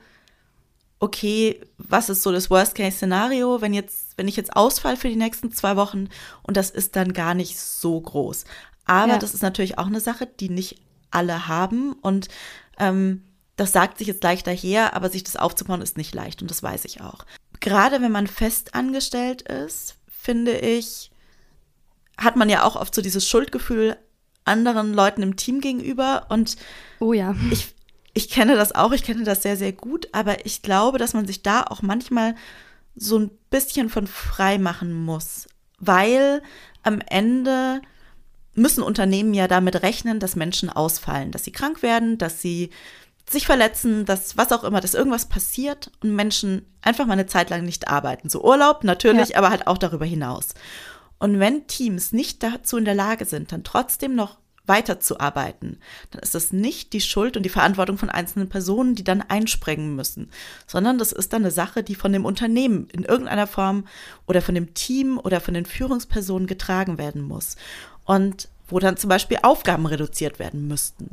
okay, was ist so das Worst-Case-Szenario, wenn jetzt, wenn ich jetzt ausfall für die nächsten zwei Wochen und das ist dann gar nicht so groß. Aber Ja. das ist natürlich auch eine Sache, die nicht alle haben und ähm, das sagt sich jetzt leicht daher, aber sich das aufzubauen ist nicht leicht und das weiß ich auch. Gerade wenn man fest angestellt ist, finde ich, hat man ja auch oft so dieses Schuldgefühl anderen Leuten im Team gegenüber und Oh ja. ich Ich kenne das auch, ich kenne das sehr, sehr gut, aber ich glaube, dass man sich da auch manchmal so ein bisschen von frei machen muss, weil am Ende müssen Unternehmen ja damit rechnen, dass Menschen ausfallen, dass sie krank werden, dass sie sich verletzen, dass was auch immer, dass irgendwas passiert und Menschen einfach mal eine Zeit lang nicht arbeiten. So Urlaub natürlich, Ja. aber halt auch darüber hinaus. Und wenn Teams nicht dazu in der Lage sind, dann trotzdem noch weiterzuarbeiten, dann ist das nicht die Schuld und die Verantwortung von einzelnen Personen, die dann einspringen müssen, sondern das ist dann eine Sache, die von dem Unternehmen in irgendeiner Form oder von dem Team oder von den Führungspersonen getragen werden muss und wo dann zum Beispiel Aufgaben reduziert werden müssten.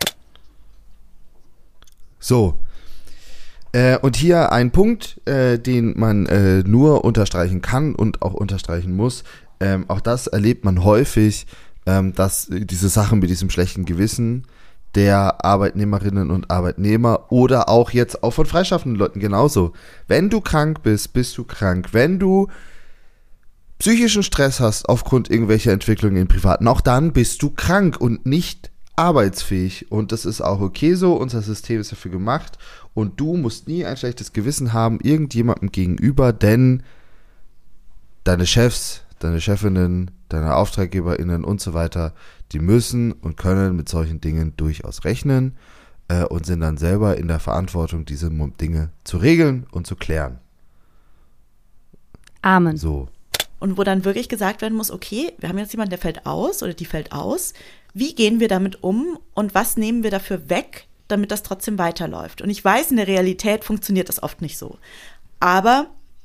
So. Äh, und hier ein Punkt, äh, den man äh, nur unterstreichen kann und auch unterstreichen muss. Ähm, auch das erlebt man häufig, ähm, dass diese Sachen mit diesem schlechten Gewissen der Arbeitnehmerinnen und Arbeitnehmer oder auch jetzt auch von freischaffenden Leuten genauso. Wenn du krank bist, bist du krank. Wenn du psychischen Stress hast aufgrund irgendwelcher Entwicklungen im Privaten, auch dann bist du krank und nicht arbeitsfähig. Und das ist auch okay so. Unser System ist dafür gemacht. Und du musst nie ein schlechtes Gewissen haben irgendjemandem gegenüber, denn deine Chefs, deine Chefinnen, deine AuftraggeberInnen und so weiter, die müssen und können mit solchen Dingen durchaus rechnen äh, und sind dann selber in der Verantwortung, diese Dinge zu regeln und zu klären. Amen. So. Und wo dann wirklich gesagt werden muss, okay, wir haben jetzt jemanden, der fällt aus oder die fällt aus. Wie gehen wir damit um und was nehmen wir dafür weg, damit das trotzdem weiterläuft? Und ich weiß, in der Realität funktioniert das oft nicht so. Aber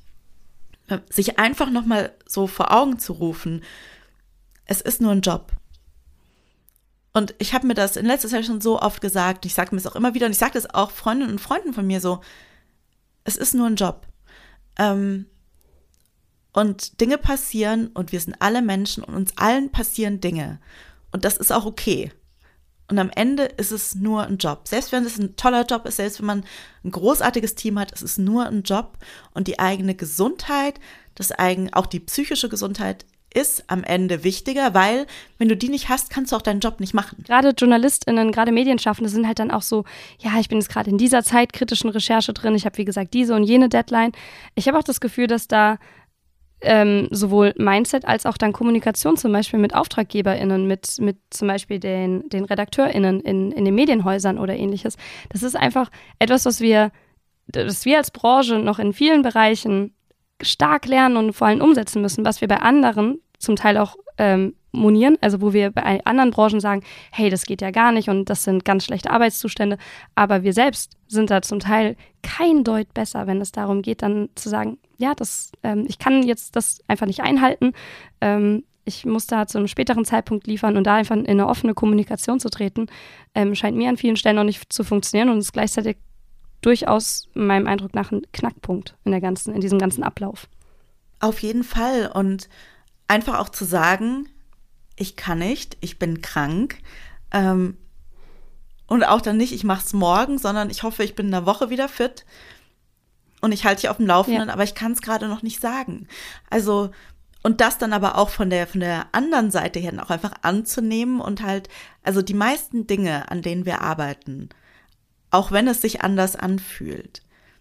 sich einfach nochmal so vor Augen zu rufen, es ist nur ein Job. Und ich habe mir das in letzter Zeit schon so oft gesagt, ich sage mir es auch immer wieder und ich sage das auch Freundinnen und Freunden von mir so, es ist nur ein Job. Ähm, Und Dinge passieren und wir sind alle Menschen und uns allen passieren Dinge. Und das ist auch okay. Und am Ende ist es nur ein Job. Selbst wenn es ein toller Job ist, selbst wenn man ein großartiges Team hat, es ist nur ein Job. Und die eigene Gesundheit, das eigen, auch die psychische Gesundheit ist am Ende wichtiger, weil wenn du die nicht hast, kannst du auch deinen Job nicht machen. Gerade JournalistInnen, gerade Medienschaffende sind halt dann auch so, ja, ich bin jetzt gerade in dieser zeitkritischen Recherche drin, ich habe wie gesagt diese und jene Deadline. Ich habe auch das Gefühl, dass da Ähm, sowohl Mindset als auch dann Kommunikation zum Beispiel mit AuftraggeberInnen, mit, mit zum Beispiel den, den RedakteurInnen in, in den Medienhäusern oder ähnliches. Das ist einfach etwas, was wir, das wir als Branche noch in vielen Bereichen stark lernen und vor allem umsetzen müssen, was wir bei anderen zum Teil auch ähm, monieren, also wo wir bei anderen Branchen sagen, hey, das geht ja gar nicht und das sind ganz schlechte Arbeitszustände, aber wir selbst sind da zum Teil kein Deut besser, wenn es darum geht, dann zu sagen, ja, das, ähm, ich kann jetzt das einfach nicht einhalten, ähm, ich muss da zu einem späteren Zeitpunkt liefern und da einfach in eine offene Kommunikation zu treten, ähm, scheint mir an vielen Stellen noch nicht zu funktionieren und ist gleichzeitig durchaus meinem Eindruck nach ein Knackpunkt in der ganzen, in diesem ganzen Ablauf. Auf jeden Fall und einfach auch zu sagen, ich kann nicht, ich bin krank ähm, und auch dann nicht, ich mach's morgen, sondern ich hoffe, ich bin in einer Woche wieder fit und ich halte dich auf dem Laufenden, ja. Aber ich kann es gerade noch nicht sagen. Also und das dann aber auch von der von der anderen Seite her auch einfach anzunehmen und halt, also die meisten Dinge, an denen wir arbeiten, auch wenn es sich anders anfühlt,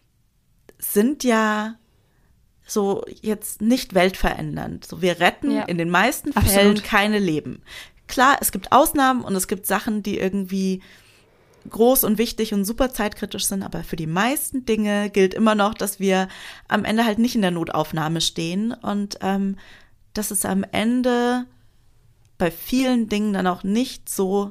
sind ja so jetzt nicht weltverändernd. So, wir retten ja. in den meisten Fällen Absolut. keine Leben. Klar, es gibt Ausnahmen und es gibt Sachen, die irgendwie groß und wichtig und super zeitkritisch sind, aber für die meisten Dinge gilt immer noch, dass wir am Ende halt nicht in der Notaufnahme stehen und ähm, dass es am Ende bei vielen Dingen dann auch nicht so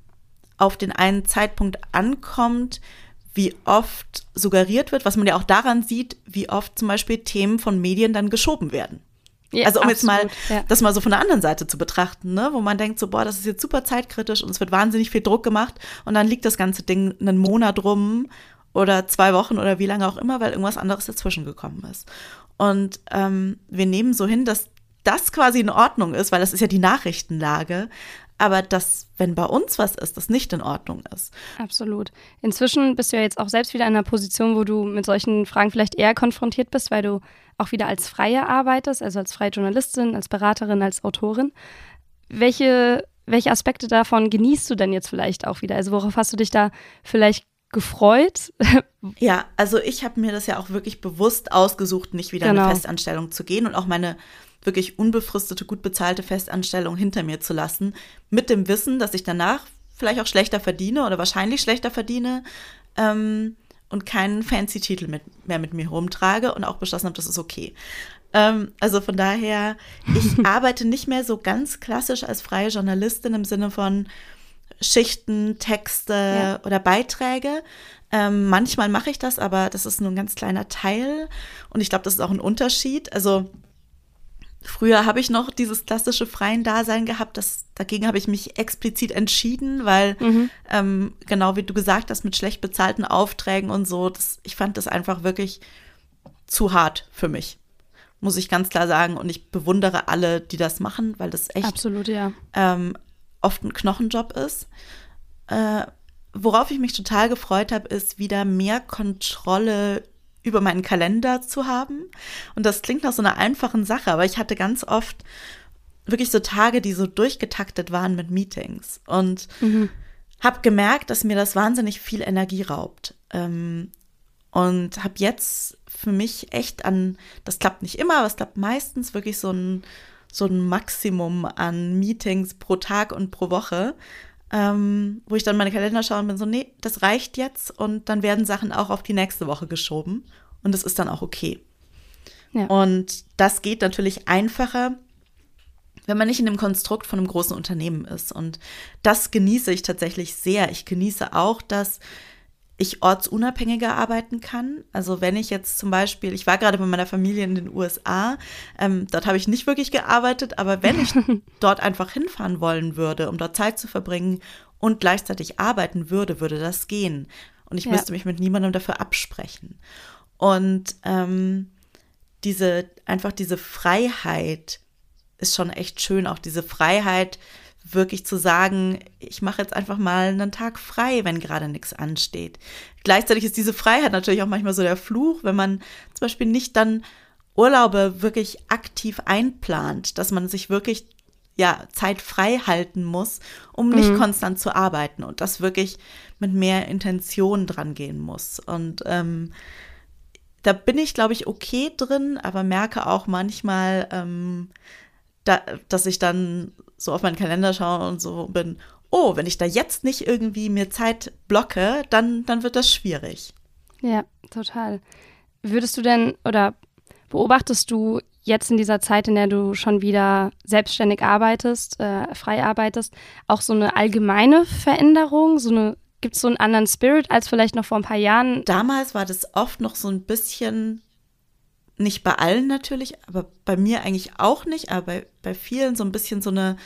auf den einen Zeitpunkt ankommt, wie oft suggeriert wird, was man ja auch daran sieht, wie oft zum Beispiel Themen von Medien dann geschoben werden. Ja, also um absolut, jetzt mal ja. das mal so von der anderen Seite zu betrachten, ne, wo man denkt so, boah, das ist jetzt super zeitkritisch und es wird wahnsinnig viel Druck gemacht und dann liegt das ganze Ding einen Monat rum oder zwei Wochen oder wie lange auch immer, weil irgendwas anderes dazwischen gekommen ist. Und ähm, wir nehmen so hin, dass das quasi in Ordnung ist, weil das ist ja die Nachrichtenlage, aber dass, wenn bei uns was ist, das nicht in Ordnung ist. Absolut. Inzwischen bist du ja jetzt auch selbst wieder in einer Position, wo du mit solchen Fragen vielleicht eher konfrontiert bist, weil du auch wieder als Freie arbeitest, also als freie Journalistin, als Beraterin, als Autorin. Welche, welche Aspekte davon genießt du denn jetzt vielleicht auch wieder? Also worauf hast du dich da vielleicht gefreut? Ja, also ich habe mir das ja auch wirklich bewusst ausgesucht, nicht wieder genau. in eine Festanstellung zu gehen und auch meine wirklich unbefristete, gut bezahlte Festanstellung hinter mir zu lassen, mit dem Wissen, dass ich danach vielleicht auch schlechter verdiene oder wahrscheinlich schlechter verdiene ähm, und keinen fancy Titel mit, mehr mit mir rumtrage und auch beschlossen habe, das ist okay. Ähm, also von daher, ich arbeite nicht mehr so ganz klassisch als freie Journalistin im Sinne von Schichten, Texte ja. oder Beiträge. Ähm, manchmal mache ich das, aber das ist nur ein ganz kleiner Teil und ich glaube, das ist auch ein Unterschied. Also früher habe ich noch dieses klassische freien Dasein gehabt, das, dagegen habe ich mich explizit entschieden, weil mhm. ähm, genau wie du gesagt hast, mit schlecht bezahlten Aufträgen und so, das, ich fand das einfach wirklich zu hart für mich, muss ich ganz klar sagen. Und ich bewundere alle, die das machen, weil das echt Absolut, ja. ähm, oft ein Knochenjob ist. Äh, worauf ich mich total gefreut habe, ist wieder mehr Kontrolle über meinen Kalender zu haben. Und das klingt nach so einer einfachen Sache, aber ich hatte ganz oft wirklich so Tage, die so durchgetaktet waren mit Meetings und mhm. habe gemerkt, dass mir das wahnsinnig viel Energie raubt. Ähm, und habe jetzt für mich echt an, das klappt nicht immer, aber es klappt meistens wirklich so ein, so ein Maximum an Meetings pro Tag und pro Woche, ähm, wo ich dann meine Kalender schaue und bin so, nee, das reicht jetzt und dann werden Sachen auch auf die nächste Woche geschoben und das ist dann auch okay. Ja. Und das geht natürlich einfacher, wenn man nicht in dem Konstrukt von einem großen Unternehmen ist. Und das genieße ich tatsächlich sehr. Ich genieße auch, dass ich ortsunabhängiger arbeiten kann. Also wenn ich jetzt zum Beispiel, ich war gerade mit meiner Familie in den U S A, ähm, dort habe ich nicht wirklich gearbeitet, aber wenn ich dort einfach hinfahren wollen würde, um dort Zeit zu verbringen und gleichzeitig arbeiten würde, würde das gehen. Und ich ja. müsste mich mit niemandem dafür absprechen. Und ähm, diese, einfach diese Freiheit ist schon echt schön, auch diese Freiheit, wirklich zu sagen, ich mache jetzt einfach mal einen Tag frei, wenn gerade nichts ansteht. Gleichzeitig ist diese Freiheit natürlich auch manchmal so der Fluch, wenn man zum Beispiel nicht dann Urlaube wirklich aktiv einplant, dass man sich wirklich ja Zeit frei halten muss, um nicht mhm. konstant zu arbeiten und das wirklich mit mehr Intention dran gehen muss. Und ähm, da bin ich, glaube ich, okay drin, aber merke auch manchmal, ähm, Da, dass ich dann so auf meinen Kalender schaue und so bin, oh, wenn ich da jetzt nicht irgendwie mir Zeit blocke, dann, dann wird das schwierig. Ja, total. Würdest du denn oder beobachtest du jetzt in dieser Zeit, in der du schon wieder selbstständig arbeitest, äh, frei arbeitest, auch so eine allgemeine Veränderung? So eine, gibt es so einen anderen Spirit als vielleicht noch vor ein paar Jahren? Damals war das oft noch so ein bisschen, nicht bei allen natürlich, aber bei mir eigentlich auch nicht, aber bei, bei vielen so ein bisschen so eine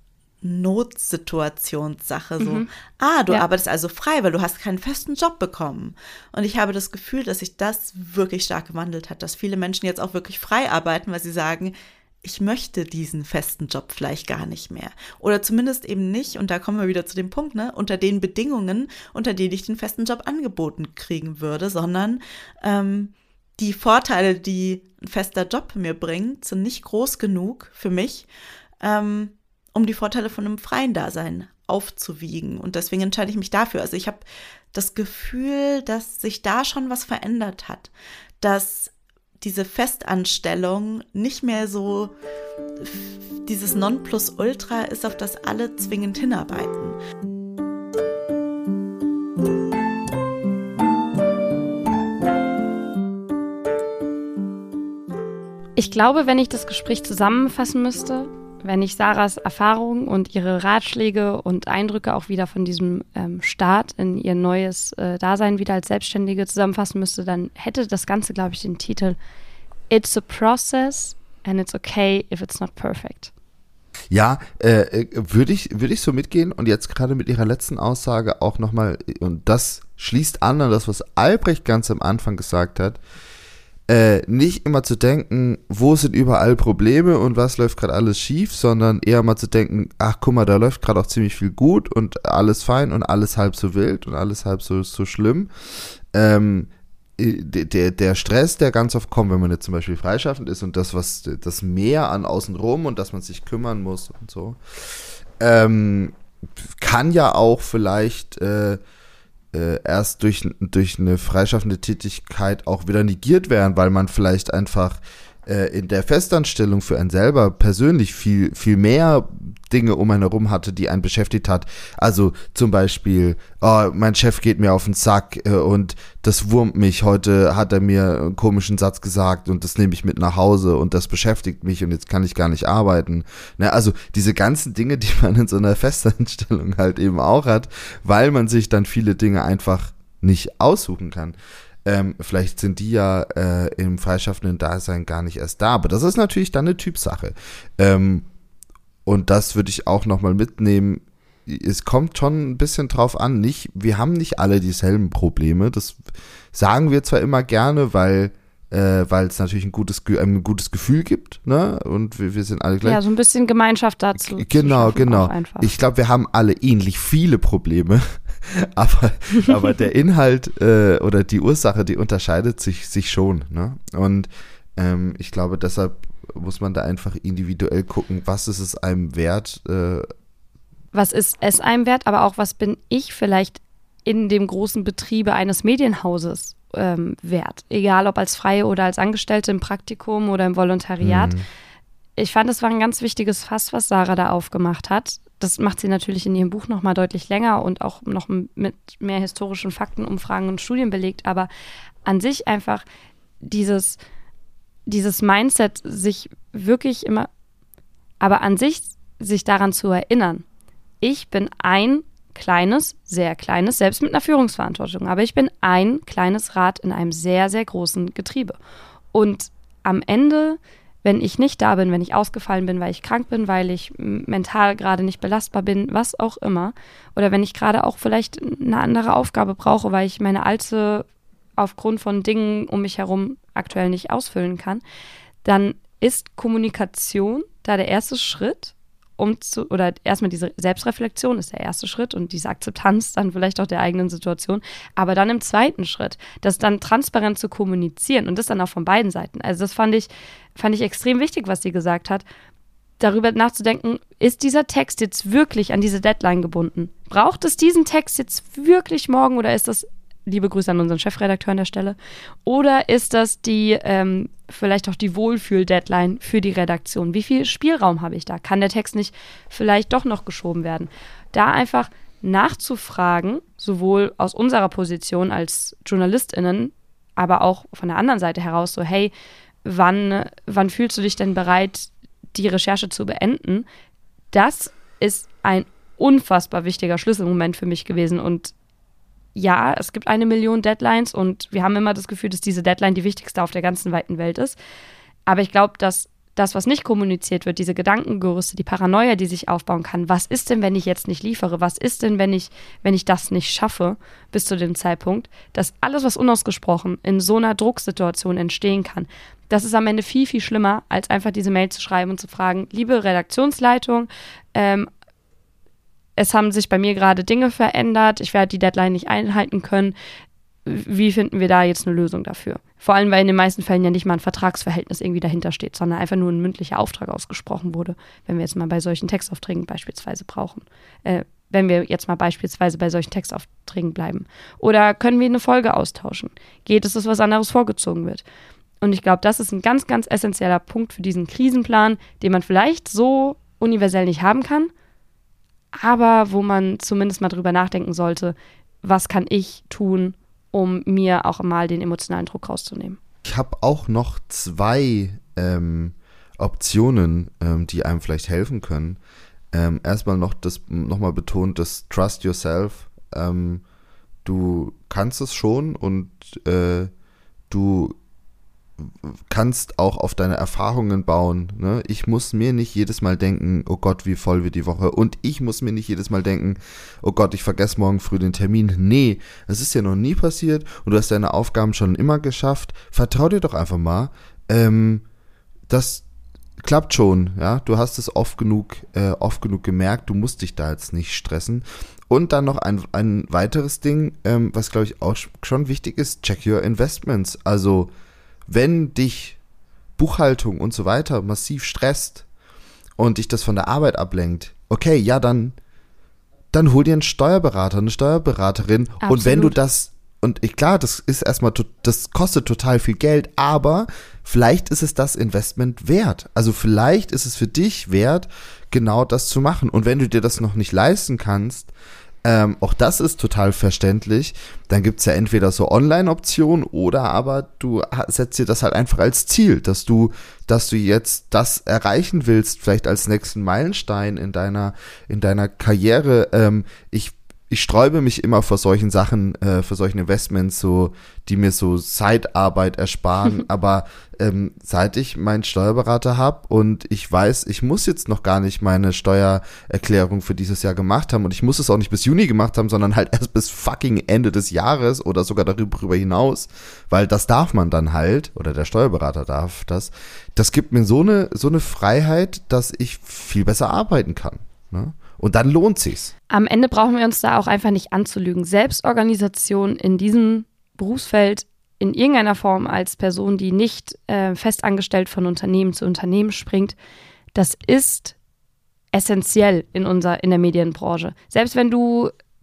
Notsituationssache. So, mhm. ah, du ja. arbeitest also frei, weil du hast keinen festen Job bekommen. Und ich habe das Gefühl, dass sich das wirklich stark gewandelt hat, dass viele Menschen jetzt auch wirklich frei arbeiten, weil sie sagen, ich möchte diesen festen Job vielleicht gar nicht mehr. Oder zumindest eben nicht, und da kommen wir wieder zu dem Punkt, ne, unter den Bedingungen, unter denen ich den festen Job angeboten kriegen würde, sondern ähm, die Vorteile, die ein fester Job mir bringt, sind nicht groß genug für mich, ähm, um die Vorteile von einem freien Dasein aufzuwiegen. Und deswegen entscheide ich mich dafür. Also ich habe das Gefühl, dass sich da schon was verändert hat, dass diese Festanstellung nicht mehr so dieses Nonplusultra ist, auf das alle zwingend hinarbeiten. Ich glaube, wenn ich das Gespräch zusammenfassen müsste, wenn ich Sarahs Erfahrungen und ihre Ratschläge und Eindrücke auch wieder von diesem ähm, Start in ihr neues äh, Dasein wieder als Selbstständige zusammenfassen müsste, dann hätte das Ganze, glaube ich, den Titel It's a process and it's okay if it's not perfect. Ja, äh, würde ich, würde ich so mitgehen und jetzt gerade mit ihrer letzten Aussage auch nochmal, und das schließt an an das, was Albrecht ganz am Anfang gesagt hat, Äh, nicht immer zu denken, wo sind überall Probleme und was läuft gerade alles schief, sondern eher mal zu denken, ach guck mal, da läuft gerade auch ziemlich viel gut und alles fein und alles halb so wild und alles halb so, so schlimm. Ähm, der, der Stress, der ganz oft kommt, wenn man jetzt zum Beispiel freischaffend ist und das, was das Mehr an außenrum und dass man sich kümmern muss und so, ähm, kann ja auch vielleicht äh, Äh, erst durch, durch eine freischaffende Tätigkeit auch wieder negiert werden, weil man vielleicht einfach äh, in der Festanstellung für einen selber persönlich viel, viel mehr Dinge um einen herum hatte, die einen beschäftigt hat. Also zum Beispiel, oh, mein Chef geht mir auf den Sack äh, und das wurmt mich. Heute hat er mir einen komischen Satz gesagt und das nehme ich mit nach Hause und das beschäftigt mich und jetzt kann ich gar nicht arbeiten. Ne, also diese ganzen Dinge, die man in so einer Festanstellung halt eben auch hat, weil man sich dann viele Dinge einfach nicht aussuchen kann. Ähm, vielleicht sind die ja äh, im freischaffenden Dasein gar nicht erst da, aber das ist natürlich dann eine Typsache. Ähm, und das würde ich auch nochmal mitnehmen. Es kommt schon ein bisschen drauf an, nicht, wir haben nicht alle dieselben Probleme, das sagen wir zwar immer gerne, weil äh, weil es natürlich ein gutes, ein gutes Gefühl gibt, ne? Und wir, wir sind alle gleich. Ja, so ein bisschen Gemeinschaft dazu. Genau, genau. Ich glaube, wir haben alle ähnlich viele Probleme, aber, aber der Inhalt äh, oder die Ursache, die unterscheidet sich, sich schon, ne? Und ähm, ich glaube, deshalb muss man da einfach individuell gucken, was ist es einem wert. Äh, was ist es einem wert, aber auch, was bin ich vielleicht in dem großen Betriebe eines Medienhauses ähm, wert? Egal, ob als Freie oder als Angestellte im Praktikum oder im Volontariat. Mhm. ich fand, es war ein ganz wichtiges Fass, was Sarah da aufgemacht hat. Das macht sie natürlich in ihrem Buch nochmal deutlich länger und auch noch mit mehr historischen Fakten, Umfragen und Studien belegt. Aber an sich einfach dieses, dieses Mindset, sich wirklich immer, aber an sich sich daran zu erinnern, ich bin ein kleines, sehr kleines, selbst mit einer Führungsverantwortung, aber ich bin ein kleines Rad in einem sehr, sehr großen Getriebe. Und am Ende, wenn ich nicht da bin, wenn ich ausgefallen bin, weil ich krank bin, weil ich mental gerade nicht belastbar bin, was auch immer, oder wenn ich gerade auch vielleicht eine andere Aufgabe brauche, weil ich meine alte aufgrund von Dingen um mich herum aktuell nicht ausfüllen kann, dann ist Kommunikation da der erste Schritt, um zu, oder erstmal diese Selbstreflexion ist der erste Schritt und diese Akzeptanz dann vielleicht auch der eigenen Situation, aber dann im zweiten Schritt, das dann transparent zu kommunizieren und das dann auch von beiden Seiten. Also das fand ich, fand ich extrem wichtig, was sie gesagt hat, darüber nachzudenken, ist dieser Text jetzt wirklich an diese Deadline gebunden? Braucht es diesen Text jetzt wirklich morgen oder ist das, liebe Grüße an unseren Chefredakteur an der Stelle, oder ist das die, ähm, vielleicht auch die Wohlfühl-Deadline für die Redaktion? Wie viel Spielraum habe ich da? Kann der Text nicht vielleicht doch noch geschoben werden? Da einfach nachzufragen, sowohl aus unserer Position als JournalistInnen, aber auch von der anderen Seite heraus, so hey, wann, wann fühlst du dich denn bereit, die Recherche zu beenden? Das ist ein unfassbar wichtiger Schlüsselmoment für mich gewesen und ja, es gibt eine Million Deadlines und wir haben immer das Gefühl, dass diese Deadline die wichtigste auf der ganzen weiten Welt ist. Aber ich glaube, dass das, was nicht kommuniziert wird, diese Gedankengerüste, die Paranoia, die sich aufbauen kann, was ist denn, wenn ich jetzt nicht liefere? Was ist denn, wenn ich, wenn ich das nicht schaffe bis zu dem Zeitpunkt? Dass alles, was unausgesprochen in so einer Drucksituation entstehen kann, das ist am Ende viel, viel schlimmer, als einfach diese Mail zu schreiben und zu fragen, liebe Redaktionsleitung, ähm, es haben sich bei mir gerade Dinge verändert, ich werde die Deadline nicht einhalten können. Wie finden wir da jetzt eine Lösung dafür? Vor allem, weil in den meisten Fällen ja nicht mal ein Vertragsverhältnis irgendwie dahinter steht, sondern einfach nur ein mündlicher Auftrag ausgesprochen wurde, wenn wir jetzt mal bei solchen Textaufträgen beispielsweise brauchen. Äh, wenn wir jetzt mal beispielsweise bei solchen Textaufträgen bleiben. Oder können wir eine Folge austauschen? Geht es, dass was anderes vorgezogen wird? Und ich glaube, das ist ein ganz, ganz essentieller Punkt für diesen Krisenplan, den man vielleicht so universell nicht haben kann, aber wo man zumindest mal drüber nachdenken sollte, was kann ich tun, um mir auch mal den emotionalen Druck rauszunehmen. Ich habe auch noch zwei ähm, Optionen, ähm, die einem vielleicht helfen können. Ähm, erstmal noch das nochmal betont, das Trust Yourself. Ähm, du kannst es schon und äh, du kannst auch auf deine Erfahrungen bauen. Ne? Ich muss mir nicht jedes Mal denken, oh Gott, wie voll wird die Woche. Und ich muss mir nicht jedes Mal denken, oh Gott, ich vergesse morgen früh den Termin. Nee, es ist ja noch nie passiert und du hast deine Aufgaben schon immer geschafft. Vertrau dir doch einfach mal. Ähm, das klappt schon. Ja, du hast es oft genug, äh, oft genug gemerkt. Du musst dich da jetzt nicht stressen. Und dann noch ein, ein weiteres Ding, ähm, was glaube ich auch schon wichtig ist, check your investments. Also wenn dich Buchhaltung und so weiter massiv stresst und dich das von der Arbeit ablenkt, okay, ja, dann, dann hol dir einen Steuerberater, eine Steuerberaterin. Absolut. Und wenn du das, und ich, klar, das ist erstmal, das kostet total viel Geld, aber vielleicht ist es das Investment wert. Also vielleicht ist es für dich wert, genau das zu machen. Und wenn du dir das noch nicht leisten kannst, Ähm, auch das ist total verständlich. Dann gibt's ja entweder so Online-Optionen oder aber du setzt dir das halt einfach als Ziel, dass du, dass du jetzt das erreichen willst, vielleicht als nächsten Meilenstein in deiner, in deiner Karriere. Ähm, ich Ich sträube mich immer vor solchen Sachen, äh, vor solchen Investments, so, die mir so Zeitarbeit ersparen. Aber ähm, seit ich meinen Steuerberater habe und ich weiß, ich muss jetzt noch gar nicht meine Steuererklärung für dieses Jahr gemacht haben und ich muss es auch nicht bis Juni gemacht haben, sondern halt erst bis fucking Ende des Jahres oder sogar darüber hinaus, weil das darf man dann halt, oder der Steuerberater darf das. Das gibt mir so eine, so eine Freiheit, dass ich viel besser arbeiten kann, ne? Und dann lohnt sich's. Am Ende brauchen wir uns da auch einfach nicht anzulügen. Selbstorganisation in diesem Berufsfeld in irgendeiner Form als Person, die nicht äh, festangestellt von Unternehmen zu Unternehmen springt, das ist essentiell in unserer, in der Medienbranche. Selbst wenn du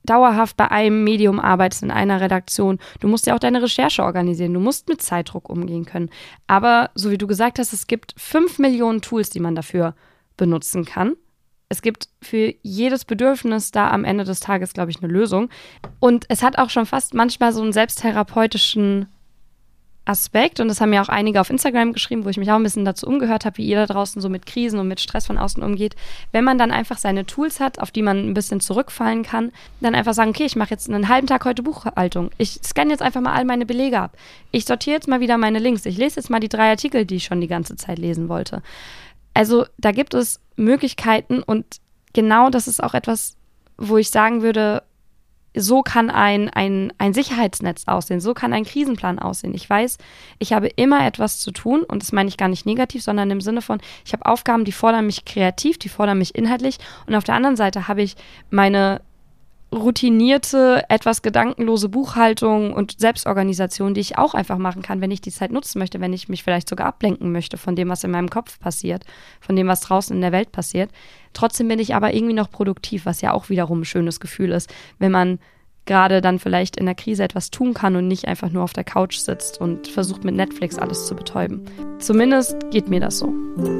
dauerhaft bei einem Medium arbeitest, in einer Redaktion, du musst ja auch deine Recherche organisieren, du musst mit Zeitdruck umgehen können. Aber so wie du gesagt hast, es gibt fünf Millionen Tools, die man dafür benutzen kann. Es gibt für jedes Bedürfnis da am Ende des Tages, glaube ich, eine Lösung. Und es hat auch schon fast manchmal so einen selbstherapeutischen Aspekt. Und das haben ja auch einige auf Instagram geschrieben, wo ich mich auch ein bisschen dazu umgehört habe, wie ihr da draußen so mit Krisen und mit Stress von außen umgeht. Wenn man dann einfach seine Tools hat, auf die man ein bisschen zurückfallen kann, dann einfach sagen, okay, ich mache jetzt einen halben Tag heute Buchhaltung. Ich scanne jetzt einfach mal all meine Belege ab. Ich sortiere jetzt mal wieder meine Links. Ich lese jetzt mal die drei Artikel, die ich schon die ganze Zeit lesen wollte. Also da gibt es Möglichkeiten und genau das ist auch etwas, wo ich sagen würde, so kann ein, ein, ein Sicherheitsnetz aussehen, so kann ein Krisenplan aussehen. Ich weiß, ich habe immer etwas zu tun und das meine ich gar nicht negativ, sondern im Sinne von, ich habe Aufgaben, die fordern mich kreativ, die fordern mich inhaltlich und auf der anderen Seite habe ich meine routinierte, etwas gedankenlose Buchhaltung und Selbstorganisation, die ich auch einfach machen kann, wenn ich die Zeit nutzen möchte, wenn ich mich vielleicht sogar ablenken möchte von dem, was in meinem Kopf passiert, von dem, was draußen in der Welt passiert. Trotzdem bin ich aber irgendwie noch produktiv, was ja auch wiederum ein schönes Gefühl ist, wenn man gerade dann vielleicht in der Krise etwas tun kann und nicht einfach nur auf der Couch sitzt und versucht mit Netflix alles zu betäuben. Zumindest geht mir das so.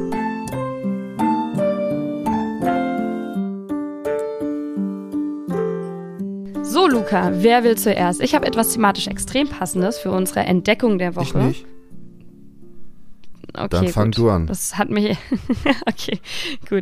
So, Luca, wer will zuerst? Ich habe etwas thematisch extrem Passendes für unsere Entdeckung der Woche. Ich nicht. Okay, Dann fang gut. du an. Das hat mich... okay, gut.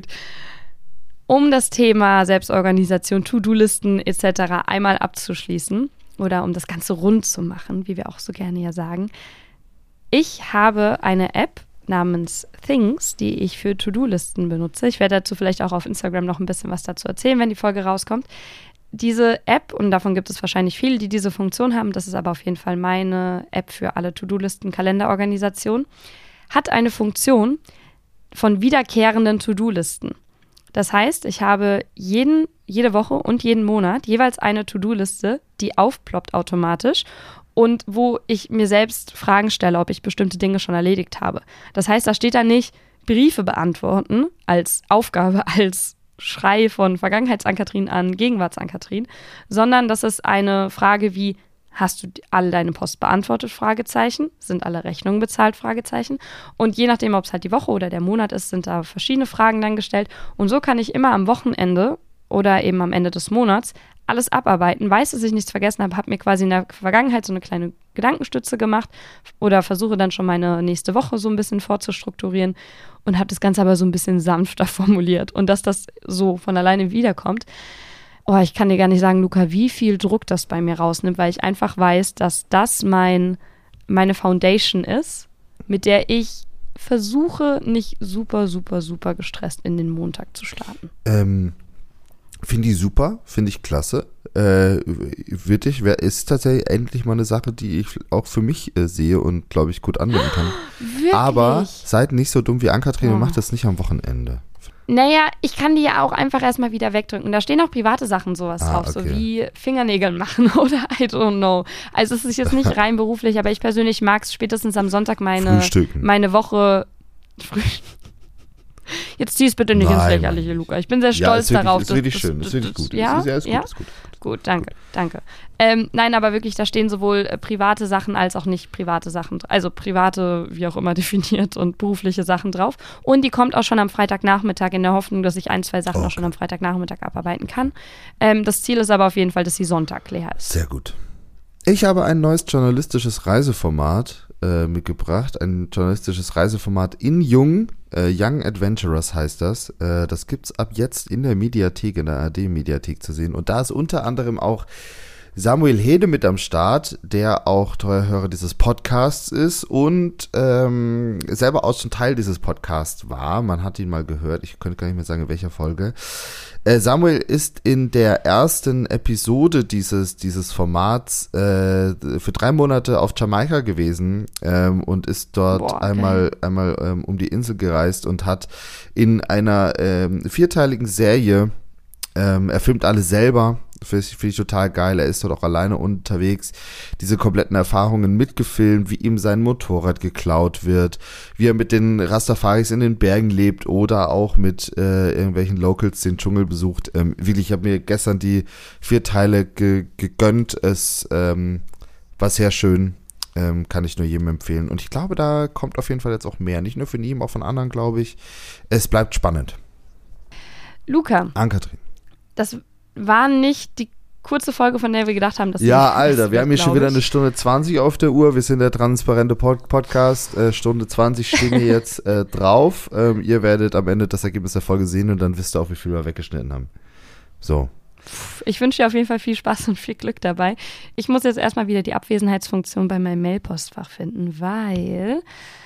Um das Thema Selbstorganisation, To-Do-Listen et cetera einmal abzuschließen oder um das Ganze rund zu machen, wie wir auch so gerne ja sagen. Ich habe eine App namens Things, die ich für To-Do-Listen benutze. Ich werde dazu vielleicht auch auf Instagram noch ein bisschen was dazu erzählen, wenn die Folge rauskommt. Diese App, und davon gibt es wahrscheinlich viele, die diese Funktion haben, das ist aber auf jeden Fall meine App für alle To-Do-Listen, Kalenderorganisation, hat eine Funktion von wiederkehrenden To-Do-Listen. Das heißt, ich habe jeden, jede Woche und jeden Monat jeweils eine To-Do-Liste, die aufploppt automatisch und wo ich mir selbst Fragen stelle, ob ich bestimmte Dinge schon erledigt habe. Das heißt, da steht da nicht Briefe beantworten als Aufgabe, als Schrei von Vergangenheits-Ankatrin an Gegenwarts-Ankatrin, sondern das ist eine Frage wie, hast du alle deine Post beantwortet? Fragezeichen. Sind alle Rechnungen bezahlt? Fragezeichen. Und je nachdem, ob es halt die Woche oder der Monat ist, sind da verschiedene Fragen dann gestellt. Und so kann ich immer am Wochenende oder eben am Ende des Monats alles abarbeiten, weiß, dass ich nichts vergessen habe, habe mir quasi in der Vergangenheit so eine kleine Gedankenstütze gemacht oder versuche dann schon meine nächste Woche so ein bisschen vorzustrukturieren und habe das Ganze aber so ein bisschen sanfter formuliert. Und dass das so von alleine wiederkommt, oh, ich kann dir gar nicht sagen, Luca, wie viel Druck das bei mir rausnimmt, weil ich einfach weiß, dass das mein, meine Foundation ist, mit der ich versuche, nicht super, super, super gestresst in den Montag zu starten. Ähm, finde ich super, finde ich klasse. Äh, wirklich, wer ist tatsächlich endlich mal eine Sache, die ich auch für mich äh, sehe und, glaube ich, gut anwenden kann. Wirklich? Aber seid nicht so dumm wie Ann-Kathrin Oh. und macht das nicht am Wochenende. Naja, ich kann die ja auch einfach erstmal wieder wegdrücken. Da stehen auch private Sachen sowas Ah, drauf, so okay. wie Fingernägel machen oder I don't know. Also es ist jetzt nicht rein beruflich, aber ich persönlich mag es spätestens am Sonntag meine, Frühstücken. meine Woche früh. Jetzt zieh es bitte nicht ins Nein, Lächerliche, Mann. Luca. Ich bin sehr Ja, stolz ist wirklich, darauf. ist wirklich schön, ist wirklich gut. Ja, ist, ja, ist gut, ja? ist gut. Gut, danke, danke. Ähm, nein, aber wirklich, da stehen sowohl äh, private Sachen als auch nicht private Sachen, also private, wie auch immer definiert, und berufliche Sachen drauf. Und die kommt auch schon am Freitagnachmittag in der Hoffnung, dass ich ein, zwei Sachen Okay. auch schon am Freitagnachmittag abarbeiten kann. Ähm, das Ziel ist aber auf jeden Fall, dass sie Sonntag leer ist. Sehr gut. Ich habe ein neues journalistisches Reiseformat äh, mitgebracht. Ein journalistisches Reiseformat in Jung. Äh, Young Adventurers heißt das. Äh, das gibt's ab jetzt in der Mediathek, in der A R D-Mediathek zu sehen. Und da ist unter anderem auch Samuel Hede mit am Start, der auch treuer Hörer dieses Podcasts ist und ähm, selber auch schon Teil dieses Podcasts war. Man hat ihn mal gehört. Ich könnte gar nicht mehr sagen, in welcher Folge. Äh, Samuel ist in der ersten Episode dieses, dieses Formats äh, für drei Monate auf Jamaika gewesen ähm, und ist dort Boah, einmal, einmal ähm, um die Insel gereist und hat in einer ähm, vierteiligen Serie, ähm, er filmt alles selber, Finde ich, find ich total geil. Er ist dort auch alleine unterwegs. Diese kompletten Erfahrungen mitgefilmt, wie ihm sein Motorrad geklaut wird, wie er mit den Rastafaris in den Bergen lebt oder auch mit äh, irgendwelchen Locals den Dschungel besucht. Ähm, wirklich, ich habe mir gestern die vier Teile ge- gegönnt. Es ähm, war sehr schön. Ähm, kann ich nur jedem empfehlen. Und ich glaube, da kommt auf jeden Fall jetzt auch mehr. Nicht nur von ihm, auch von anderen, glaube ich. Es bleibt spannend. Luca. Ann-Kathrin. Das war nicht die kurze Folge, von der wir gedacht haben, dass Ja, sie Alter, wir haben hier schon wieder ich. eine Stunde zwanzig auf der Uhr. Wir sind der transparente Pod- Podcast. Äh, Stunde zwanzig stehen wir jetzt äh, drauf. Ähm, ihr werdet am Ende das Ergebnis der Folge sehen und dann wisst ihr auch, wie viel wir weggeschnitten haben. So. Ich wünsche dir auf jeden Fall viel Spaß und viel Glück dabei. Ich muss jetzt erstmal wieder die Abwesenheitsfunktion bei meinem Mailpostfach finden, weil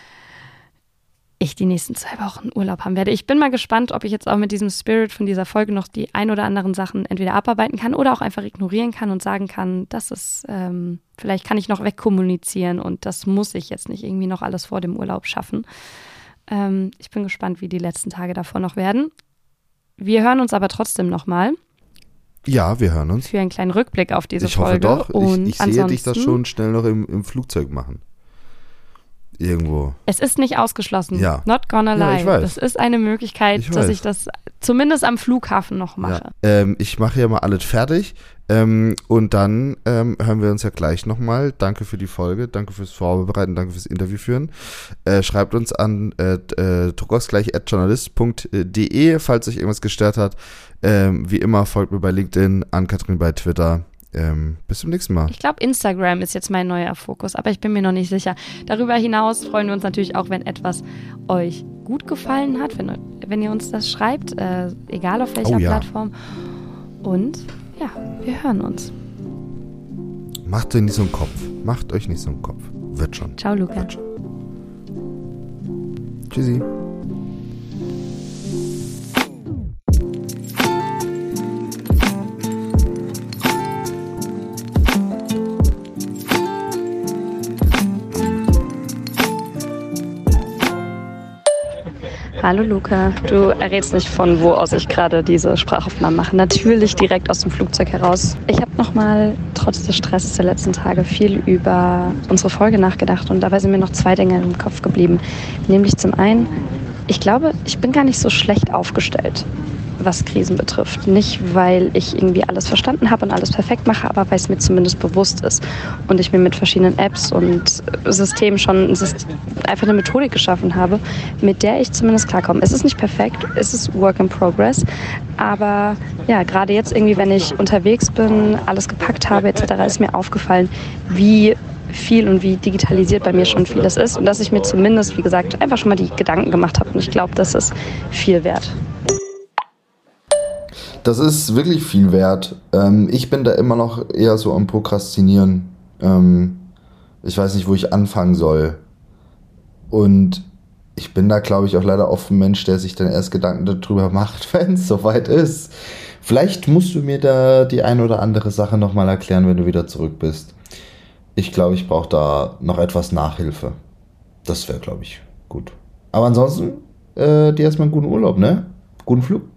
ich die nächsten zwei Wochen Urlaub haben werde. Ich bin mal gespannt, ob ich jetzt auch mit diesem Spirit von dieser Folge noch die ein oder anderen Sachen entweder abarbeiten kann oder auch einfach ignorieren kann und sagen kann, das ist, ähm, vielleicht kann ich noch wegkommunizieren und das muss ich jetzt nicht irgendwie noch alles vor dem Urlaub schaffen. Ähm, ich bin gespannt, wie die letzten Tage davor noch werden. Wir hören uns aber trotzdem nochmal. Ja, wir hören uns. Für einen kleinen Rückblick auf diese ich hoffe Folge. doch. Und ich ich sehe dich das schon schnell noch im, im Flugzeug machen. Irgendwo. Es ist nicht ausgeschlossen. Ja. Not gonna lie. Ja, ich weiß. Das ist eine Möglichkeit, ich dass weiß. ich das zumindest am Flughafen noch mache. Ja. Ähm, ich mache ja mal alles fertig. Ähm, und dann ähm, hören wir uns ja gleich nochmal. Danke für die Folge, danke fürs Vorbereiten, danke fürs Interview führen. Äh, schreibt uns an äh, äh, druckausgleich at journalist punkt de, falls euch irgendwas gestört hat. Ähm, wie immer, folgt mir bei LinkedIn, Ann-Kathrin bei Twitter. Ähm, bis zum nächsten Mal. Ich glaube, Instagram ist jetzt mein neuer Fokus, aber ich bin mir noch nicht sicher. Darüber hinaus freuen wir uns natürlich auch, wenn etwas euch gut gefallen hat, wenn, wenn ihr uns das schreibt, äh, egal auf welcher Oh ja. Plattform. Und ja, wir hören uns. Macht euch nicht so einen Kopf. Macht euch nicht so einen Kopf. Wird schon. Ciao, Luca. Wird schon. Tschüssi. Hallo Luca, du errätst nicht, von wo aus ich gerade diese Sprachaufnahmen mache. Natürlich direkt aus dem Flugzeug heraus. Ich habe nochmal, trotz des Stresses der letzten Tage, viel über unsere Folge nachgedacht und dabei sind mir noch zwei Dinge im Kopf geblieben. Nämlich zum einen, ich glaube, ich bin gar nicht so schlecht aufgestellt, was Krisen betrifft. Nicht, weil ich irgendwie alles verstanden habe und alles perfekt mache, aber weil es mir zumindest bewusst ist und ich mir mit verschiedenen Apps und Systemen schon ein System, einfach eine Methodik geschaffen habe, mit der ich zumindest klarkomme. Es ist nicht perfekt, es ist Work in Progress, aber ja, gerade jetzt irgendwie, wenn ich unterwegs bin, alles gepackt habe et cetera, ist mir aufgefallen, wie viel und wie digitalisiert bei mir schon vieles ist und dass ich mir zumindest, wie gesagt, einfach schon mal die Gedanken gemacht habe und ich glaube, das ist viel wert. Das ist wirklich viel wert. Ähm, ich bin da immer noch eher so am Prokrastinieren. Ähm, ich weiß nicht, wo ich anfangen soll. Und ich bin da, glaube ich, auch leider oft ein Mensch, der sich dann erst Gedanken darüber macht, wenn es soweit ist. Vielleicht musst du mir da die eine oder andere Sache nochmal erklären, wenn du wieder zurück bist. Ich glaube, ich brauche da noch etwas Nachhilfe. Das wäre, glaube ich, gut. Aber ansonsten, äh, dir erstmal einen guten Urlaub, ne? Guten Flug.